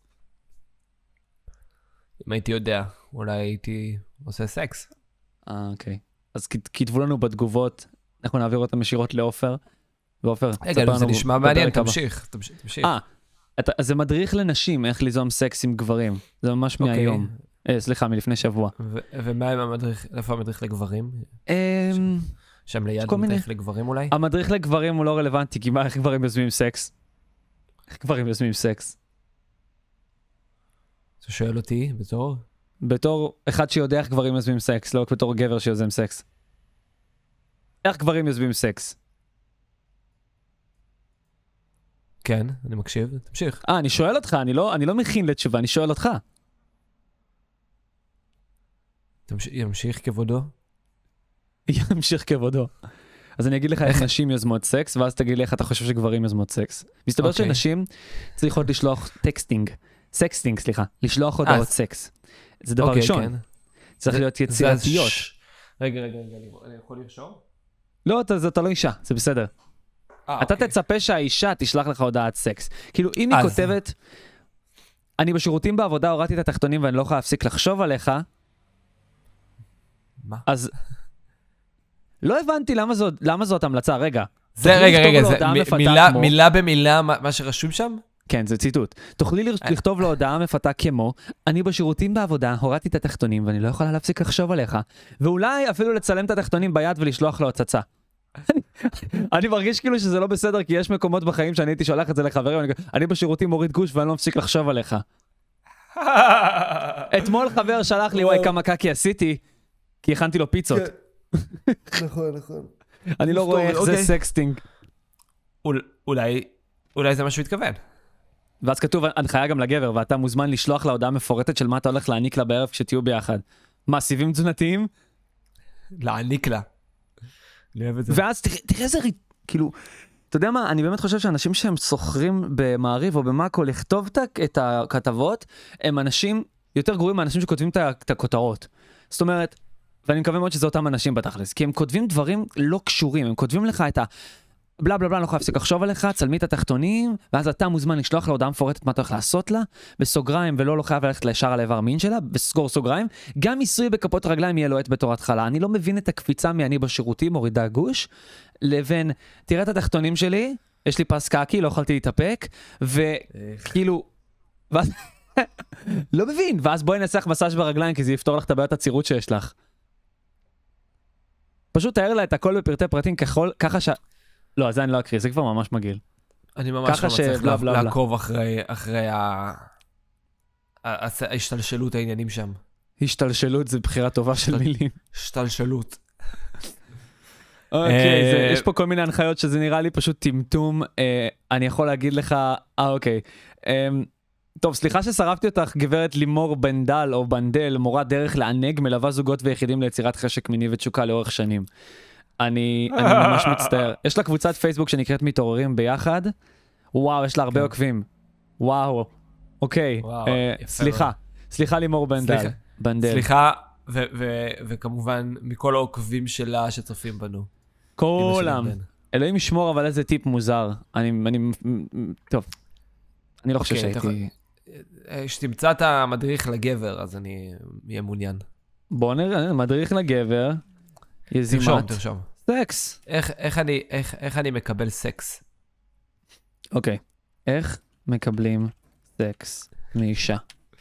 אם הייתי יודע, אולי הייתי עושה סקס. אוקיי. אז כתבו לנו בתגובות, אנחנו נעביר אותם ישירות לאופר. ואופר, רגע, זה נשמע מעניין, תמשיך. זה מדריך לנשים, איך ליזום סקס עם גברים. זה ממש מהיום. סליחה, מלפני שבוע. ומה עם המדריך, איפה המדריך לגברים? שם ליד מדריך לגברים אולי? המדריך לגברים הוא לא רלוונטי, כי איך גברים יוזמים סקס? איך גברים יוזמים סקס? אתה שואל אותי בתור? בתור אחד שיודע איך גברים יוזמים סקס, לא רק בתור גבר שיוזם סקס. איך גברים יוזמים סקס? כן, אני מקשיב, תמשיך. אני שואל אותך, אני לא מכין לתשובה, אני שואל אותך. ימשיך כבודו? ימשיך כבודו. אז אני אגיד לך איך נשים יוזמות סקס, ואז תגיד לי איך אתה חושב שגברים יוזמות סקס. מסתבר שנשים צריכות לשלוח סקסטינג, לשלוח הודעות סקס. זה דבר ראשון. צריך להיות יצירתיות. רגע, אני יכול לרשום? לא, אתה לא אישה, זה בסדר. אתה תצפה שהאישה תשלח לך הודעת סקס. כאילו, אם היא כותבת, אני בשירותים בעבודה, הורדתי את התחתונים ואני לא יכולה להפסיק לחשוב עליך, מה? אז לא הבנתי למה זאת המלצה. רגע. זה מילה במילה מה שרשום שם? כן, זה ציטוט. תוכלי לכתוב לו הודעה מפתה כמו, אני בשירותים בעבודה, הורדתי את התחתונים ואני לא יכולה להפסיק לחשוב עליך. ואולי אפילו לצלם את התחתונים ביד ולשלוח לו הצצה. אני מרגיש כאילו שזה לא בסדר, כי יש מקומות בחיים שאני הייתי שולח את זה לחברים, אני בשירותים מוריד גוש ואני לא מפסיק לחשוב עליך. אתמול חבר שלח לי, וואי כמה קקי עשיתי, כי הכנתי לו פיצות. נכון. אני לא רואה איך זה סקסטינג. אולי זה מה שהוא התכוון. ואז כתוב הנחיה גם לגבר, ואתה מוזמן לשלוח לה הודעה מפורטת של מה אתה הולך להעניק לה בערב כשתהיו ביחד. מה, סיבים תזונתיים? להעניק לה. ואז תראה איזה, כאילו, אתה יודע מה, אני באמת חושב שאנשים שהם סוחרים במעריב או במאקו לכתוב את הכתבות, הם אנשים יותר גרועים מאנשים שכותבים את הכותרות. זאת אומרת, ואני מקווה מאוד שזה אותם אנשים בתכלס, כי הם כותבים דברים לא קשורים, הם כותבים לך את בלה בלה בלה, אני לא יכול להפסיק לחשוב עליך, צלמי את התחתונים, ואז אתה מוזמן לשלוח לה הודעה מפורטת מה אתה הולך לעשות לה, בסוגריים, ולא חייב ללכת לישר על האיבר מין שלה, בסגור סוגריים, גם ניסוי בכפות רגליים יהיה לוהט בתור התחלה. אני לא מבין את הקפיצה מאני בשירותים, מורידה גוש, לבין, תראה את התחתונים שלי, יש לי פס קקי, לא יכולתי להתאפק, וכאילו, לא מבין, ואז בואי נעשה מסאז' ברגליים, כי זה יפתור לך את הבעיות הצירות שיש לך. פשוט תאר לה את הכל בפרטי פרטים ככה לא, זה אני לא אקריא, זה כבר ממש מגעיל. אני ממש לא מצליח לעקוב אחרי ההשתלשלות העניינים שם. השתלשלות זה בחירה טובה של מילים. השתלשלות. אוקיי, יש פה כל מיני הנחיות שזה נראה לי פשוט טמטום. אני יכול להגיד לך, אוקיי. טוב, סליחה ששרפתי אותך, גברת לימור בנדל או בנדל, מורת דרך לענג, מלווה זוגות ויחידים ליצירת חשק מיני ותשוקה לאורך שנים. אני ממש מצטער. יש לה קבוצת פייסבוק שנקראת מתעוררים ביחד. וואו, יש לה הרבה עוקבים. וואו, אוקיי. סליחה לימור בנדל. סליחה, וכמובן מכל העוקבים שלה שצופים בנו. כולם. אלוהים ישמור, אבל איזה טיפ מוזר. טוב. אני לא חושב שהייתי... שתמצא את המדריך לגבר, אז אני אהיה מעוניין. בוא נראה, מדריך לגבר, יזימת. תרשום. סקס. איך אני מקבל סקס? אוקיי. איך מקבלים סקס מאישה?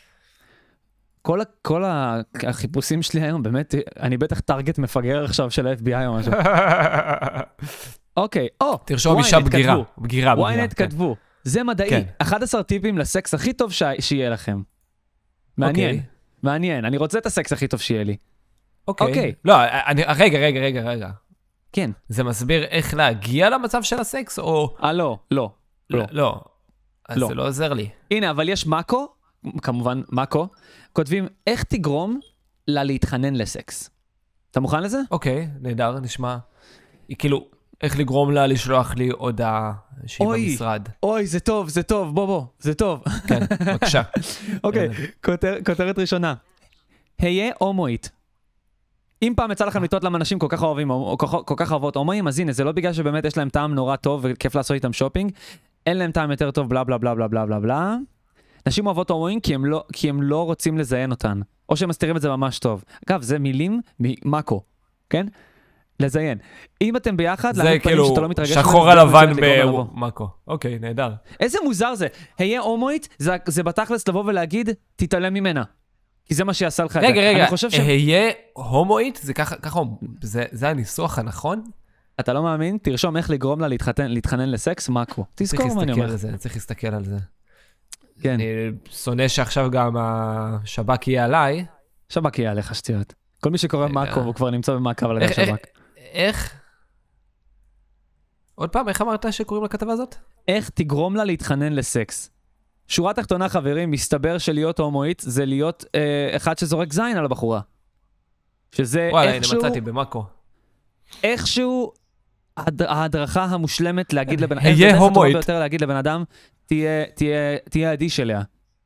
כל החיפושים שלי היום, באמת, אני בטח טרגט מפגר עכשיו של ה-FBI או משהו. אוקיי, תרשום אישה בגירה. ynet כתבו. זה מדעי, 11 טיפים לסקס הכי טוב שיהיה לכם. מעניין, מעניין, אני רוצה את הסקס הכי טוב שיהיה לי. אוקיי. לא, רגע. כן. זה מסביר איך להגיע למצב של הסקס, או... לא. אז זה לא עוזר לי. הנה, אבל יש מאקו, כמובן מאקו, כותבים איך תגרום לה להתחנן לסקס. אתה מוכן לזה? אוקיי, נהדר, נשמע. כאילו... איך לגרום לה לשלוח לי הודעה שהיא במשרד. אוי, זה טוב, בוא, זה טוב. כן, בבקשה. אוקיי, כותרת ראשונה. היה הומואית. אם פעם יצא לכם לטעות למה אנשים כל כך אוהבים, או כל כך אוהבות הומואים, אז הנה, זה לא בגלל שבאמת יש להם טעם נורא טוב וכיף לעשות איתם שופינג, אין להם טעם יותר טוב, בלה בלה בלה בלה בלה בלה בלה. נשים אוהבות הומואים כי הם לא רוצים לזיין אותן, או שהם מסתירים את זה ממש טוב. אגב, זה מילים ממאקו, כן? לזיין. אם אתם ביחד, זה כאילו שחור על לבן במאקו. אוקיי, נהדר. איזה מוזר זה. היה הומואית, זה בתכלס לבוא ולהגיד, תתעלם ממנה. כי זה מה שיעשה לך. רגע, היה הומואית? זה ככה, זה הניסוח הנכון? אתה לא מאמין? תרשום איך לגרום לה להתחנן לסקס, מאקו. תזכור מה אני אומר. צריך להסתכל על זה. כן. אני שונא שעכשיו גם השב"כ יהיה עליי. שב"כ יהיה עליך שטויות. כל מי שקורא מאקו, הוא כבר נמצא במעקב על ידי השב"כ. איך? עוד פעם, איך אמרת שקוראים לכתבה הזאת? איך תגרום לה להתחנן לסקס. שורה תחתונה, חברים, מסתבר שלהיות הומואית זה להיות אחד שזורק זין על הבחורה. שזה וואלה, הנה מצאתי במאקו. איכשהו ההדרכה המושלמת להגיד לבן אדם, היה הומואית. ביותר להגיד לבן אדם, תהיה אדיש אליה.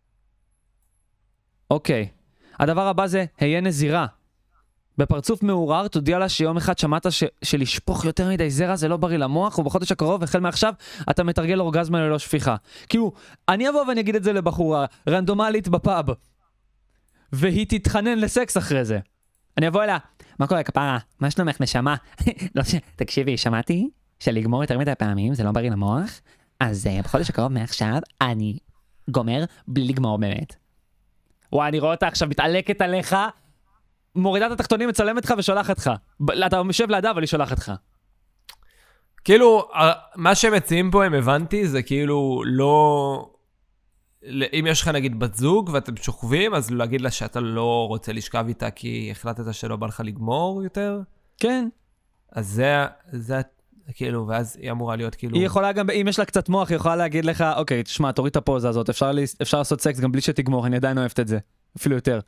אוקיי. הדבר הבא זה, היה נזירה. בפרצוף מעורר, תודיע לה שיום אחד שמעת שלשפוך יותר מדי זרע זה לא בריא למוח, ובחודש הקרוב, החל מעכשיו, אתה מתרגל אורגזמה ללא שפיכה. כאילו, אני אבוא ואני אגיד את זה לבחורה, רנדומלית בפאב, והיא תתחנן לסקס אחרי זה. אני אבוא אליה, מה קורה כפרה? מה שלומך נשמה? תקשיבי, שמעתי שלגמור יותר מדי פעמים זה לא בריא למוח, אז בחודש הקרוב מעכשיו, אני גומר בלי לגמור באמת. וואי, אני רואה אותה עכשיו מתעלקת עליך, מורידה את התחתונים, מצלמת לך ושולחת לך. אתה יושב לידה, אבל היא שולחת לך. כאילו, מה שהם מציעים פה, הם הבנתי, זה כאילו לא... אם יש לך נגיד בת זוג ואתם שוכבים, אז להגיד לה שאתה לא רוצה לשכב איתה כי החלטת שלא בא לך לגמור יותר? כן. אז זה כאילו, ואז היא אמורה להיות כאילו... היא יכולה גם, אם יש לה קצת מוח, היא יכולה להגיד לך, אוקיי, תשמע, תוריד את הפוזה הזאת, אפשר לעשות סקס גם בלי שתגמור, אני עדיין אוהבת את זה. אפילו יותר.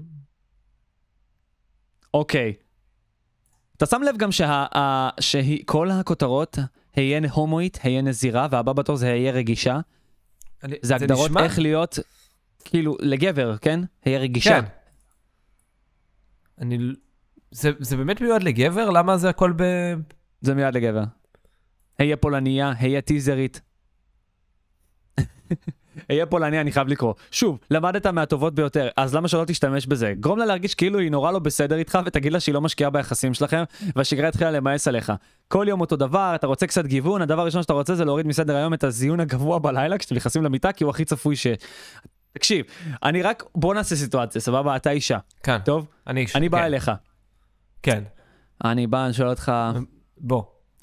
אוקיי. אתה שם לב גם שכל הכותרות, היה הומואית, היה נזירה, והבא בתור זה היה רגישה. זה הגדרות איך להיות, כאילו, לגבר, כן? היה רגישה. כן. זה באמת מיועד לגבר? למה זה הכל זה מיועד לגבר. היה פולניה, היה טיזרית. היה פולניה, אני חייב לקרוא. שוב, למדת מהטובות ביותר, אז למה שלא תשתמש בזה? גרום לה להרגיש כאילו היא נורא לא בסדר איתך, ותגיד לה שהיא לא משקיעה ביחסים שלכם, והשגרה התחילה למאס עליך. כל יום אותו דבר, אתה רוצה קצת גיוון, הדבר הראשון שאתה רוצה זה להוריד מסדר היום את הזיון הגבוה בלילה, כשאתם נכנסים למיטה, כי הוא הכי צפוי תקשיב, אני רק, בוא נעשה סיטואציה, סבבה? אתה אישה. כן. טוב? אני בא אליך. כן. אני בא, אני שואל אותך... בוא.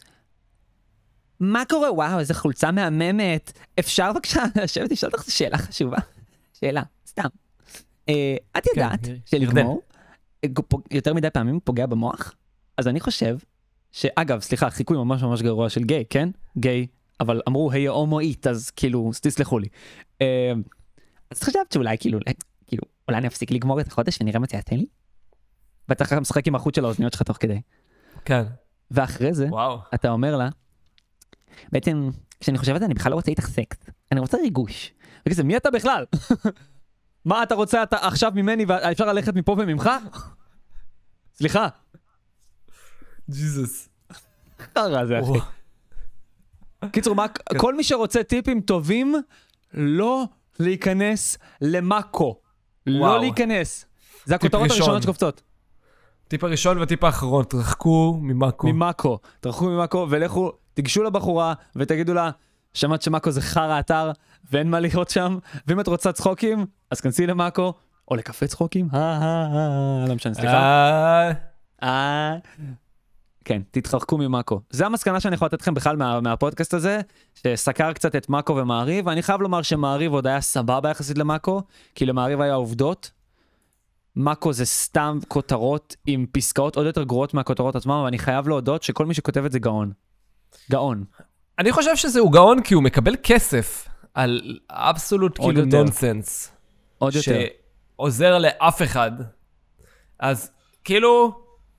מה קורה? וואו, איזה חולצה מהממת. אפשר בבקשה לשבת לשאול אותך שאלה חשובה? שאלה, סתם. את יודעת שלגמור יותר מדי פעמים פוגע במוח? אז אני חושב שאגב, סליחה, חיקוי ממש ממש גרוע של גיי, כן? גיי, אבל אמרו, היי הומואית, אז כאילו, תסלחו לי. אז חשבת שאולי כאילו, אולי אני אפסיק לגמור את החודש ונראה מה תעשה לי? ואתה משחק עם החוט של האוזניות שלך תוך כדי. כן. ואחרי זה, אתה אומר לה, בעצם, כשאני חושבת, אני בכלל לא רוצה איתך סקס. אני רוצה ריגוש. וכזה, מי אתה בכלל? מה אתה רוצה עכשיו ממני ואפשר ללכת מפה וממך? סליחה. ג'יזוס. חרא זה, אחי. קיצור, כל מי שרוצה טיפים טובים, לא להיכנס למאקו. לא להיכנס. זה הכותרות הראשונות שקופצות. טיפ הראשון והטיפ האחרון, תרחקו ממאקו. ממאקו. תרחקו ממאקו ולכו, תיגשו לבחורה ותגידו לה, שמעת שמאקו זה חרא אתר ואין מה להיות שם, ואם את רוצה צחוקים, אז כנסי למאקו, או לקפה צחוקים. לא משנה, סליחה. כן, תתחרקו ממאקו. זה המסקנה שאני יכול לתת לכם בכלל מהפודקאסט הזה, שסקר קצת את מאקו ומעריב, ואני חייב לומר שמעריב עוד היה סבבה יחסית למאקו, כי למעריב היה עובדות. מאקו זה סתם כותרות עם פסקאות עוד יותר גרועות מהכותרות עצמם, ואני חייב להודות שכל מי שכותב את זה גאון. גאון. אני חושב שזהו גאון כי הוא מקבל כסף על אבסולוט כאילו נונסנס. עוד יותר. שעוזר לאף אחד. אז כאילו...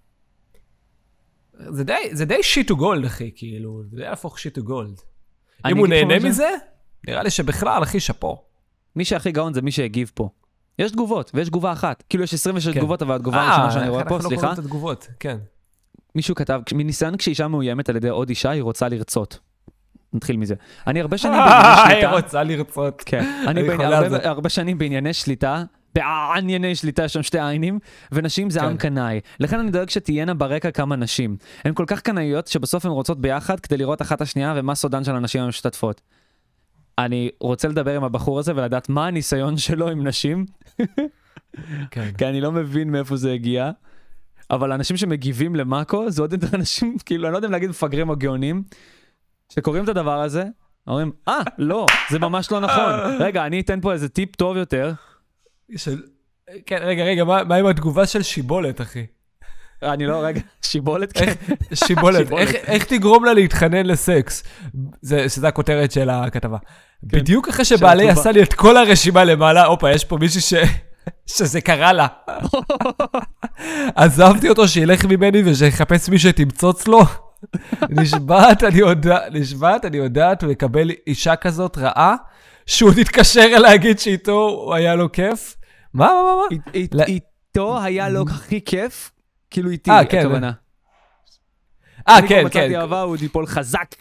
זה די שיט טו גולד, אחי, כאילו, זה די להפוך שיט טו גולד. אם הוא נהנה מזה, נראה לי שבכלל, אחי, שפו. מי שהכי גאון זה מי שהגיב פה. יש תגובות, ויש תגובה אחת. כאילו יש 26 תגובות, אבל התגובה הראשונה שאני רואה פה, סליחה. אנחנו לא קוראים את התגובות, כן. מישהו כתב, מניסיון כשאישה מאוימת על ידי עוד אישה, היא רוצה לרצות. נתחיל מזה. אני הרבה שנים בענייני שליטה. היא רוצה לרצות. כן. אני הרבה שנים בענייני שליטה, בענייני שליטה, יש שם שתי עיינים, ונשים זה עם קנאי. לכן אני דואג שתהיינה ברקע כמה נשים. הן כל כך קנאיות שבסוף הן רוצות ביחד כדי לראות אחת השנייה ומה סודן של הנשים המשתתפות. אני רוצה לדבר עם הבחור הזה ולדעת מה הניסיון שלו עם נשים. כי אני לא מבין מאיפה זה הגיע. אבל אנשים שמגיבים למאקו, זה עוד יותר אנשים, כאילו, אני לא יודע אם להגיד מפגרים או גאונים, שקוראים את הדבר הזה, אומרים, לא, זה ממש לא נכון. רגע, אני אתן פה איזה טיפ טוב יותר. כן, רגע, מה עם התגובה של שיבולת, אחי? אני לא, רגע, שיבולת? כן. שיבולת, איך תגרום לה להתחנן לסקס? שזה הכותרת של הכתבה. בדיוק אחרי שבעלי עשה לי את כל הרשימה למעלה, אופה, יש פה מישהי שזה קרה לה. עזבתי אותו שילך ממני ושיחפש מי שתמצוץ לו. נשבעת, אני יודעת, הוא יקבל אישה כזאת רעה, שהוא תתקשר להגיד שאיתו הוא היה לו כיף. מה? איתו היה לו הכי כיף? כאילו איתי, הכוונה. כן. מצאתי אהבה, הוא דיפול חזק.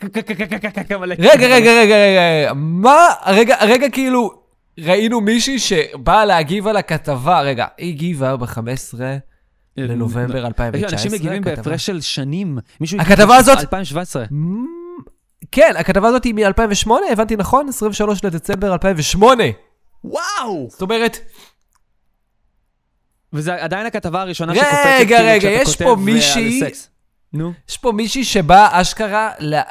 רגע. מה? רגע, כאילו, ראינו מישהי שבאה להגיב על הכתבה. רגע, היא הגיבה ב-15 לנובמבר 2019. אנשים מגיבים בהפרש של שנים. הכתבה הזאת... 2017. כן, הכתבה הזאת היא מ-2008, הבנתי נכון? 23 לדצמבר 2008. וואו! זאת אומרת... וזה עדיין הכתבה הראשונה שקופצת. רגע, יש פה מישהי... יש פה מישהי שבאה אשכרה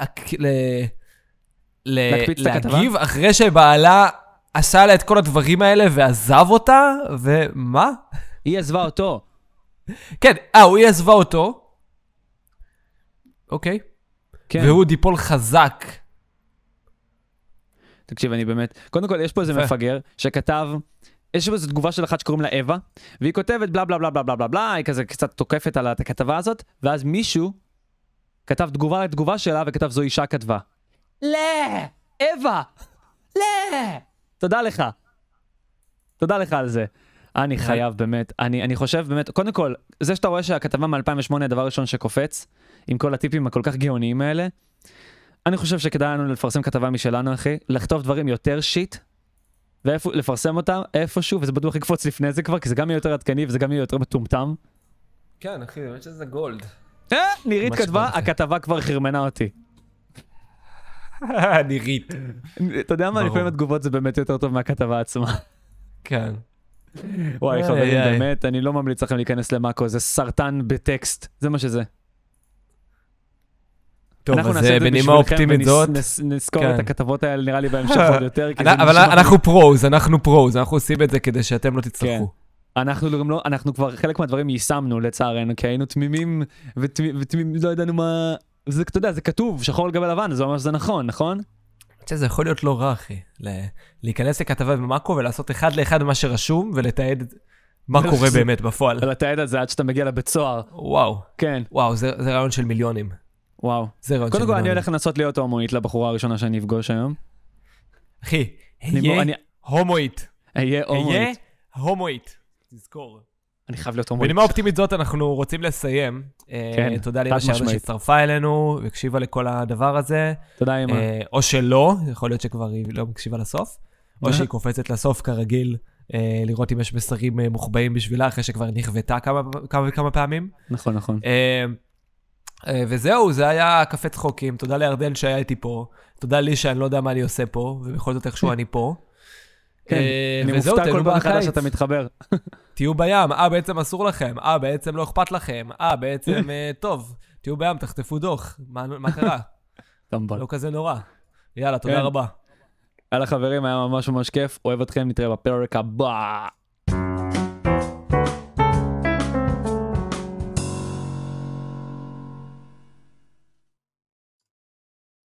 להגיב אחרי שבעלה עשה לה את כל הדברים האלה ועזב אותה, ומה? היא עזבה אותו. כן, היא עזבה אותו. אוקיי. והוא דיפול חזק. תקשיב, אני באמת... קודם כל, יש פה איזה מפגר שכתב... יש פה איזו תגובה של אחת שקוראים לה אווה, והיא כותבת בלה בלה בלה בלה בלה בלה בלה, היא כזה קצת תוקפת על הכתבה הזאת, ואז מישהו כתב תגובה לתגובה שלה, וכתב זו אישה כתבה. אווה! תודה לך על זה. אני חייב באמת, אני חושב באמת, קודם כל, זה שאתה רואה שהכתבה מ-2008 הדבר ראשון שקופץ, עם כל הטיפים הכל כך גאוניים האלה, אני חושב שכדאי לנו לפרסם כתבה משלנו, אחי, לכתוב דברים יותר שיט, ולפרסם אותם איפשהו, וזה בטוח יקפוץ לפני זה כבר, כי זה גם יהיה יותר עדכני, וזה גם יהיה יותר מטומטם. כן, אחי, באמת שזה גולד. נירית כתבה, הכתבה כבר חרמנה אותי. נירית. אתה יודע מה, לפעמים התגובות זה באמת יותר טוב מהכתבה עצמה. כן. וואי, חברים, באמת, אני לא ממליץ לכם להיכנס למאקו, זה סרטן בטקסט, זה מה שזה. טוב, אז בנימה אופטימית זאת. נסקור את הכתבות האלה, נראה לי בהמשך עוד יותר. אבל אנחנו פרוז, אנחנו עושים את זה כדי שאתם לא תצטרכו. אנחנו כבר חלק מהדברים יישמנו לצערנו, כי היינו תמימים ותמימים, לא ידענו מה, זה, אתה יודע, זה כתוב, שחור על גבי לבן, זה אומר שזה נכון, נכון? זה יכול להיות לא רע, אחי. להיכנס לכתבה במאקו ולעשות אחד לאחד מה שרשום, ולתעד מה קורה באמת בפועל. ולתעד את זה עד שאתה מגיע לבית סוהר. וואו. כן. וואו, זה רעיון של מיליונים. וואו. זה רעיון של קודם כל, מיליונים. אני הולך לנסות להיות הומואית לבחורה הראשונה שאני אפגוש היום. אחי, היה הומואית. אהיה הומואית. היה הומואית. תזכור. אני חייב להיות הומואית. בנימה אופטימית זאת אנחנו רוצים לסיים. כן, תודה לאמא שלנו שהצטרפה אלינו, והקשיבה לכל הדבר הזה. תודה אמא. או שלא, יכול להיות שכבר היא לא מקשיבה לסוף, או שהיא קופצת לסוף כרגיל, לראות אם יש מסרים מוחבאים בשבילה, אחרי שכבר נכוותה כמה פעמים. נכון, נכון. וזהו, זה היה קפה צחוקים. תודה לירדן שהיה איתי פה. תודה לי שאני לא יודע מה אני עושה פה, ובכל זאת איכשהו אני פה. כן, אני מופתע כל פעם חדש שאתה מתחבר. תהיו בים, בעצם אסור לכם, בעצם לא אכפת לכם, בעצם טוב, תהיו בים, תחטפו דוח, מה קרה? לא כזה נורא. יאללה, תודה רבה. יאללה חברים, היה ממש ממש כיף, אוהב אתכם, נתראה בפרק הבא.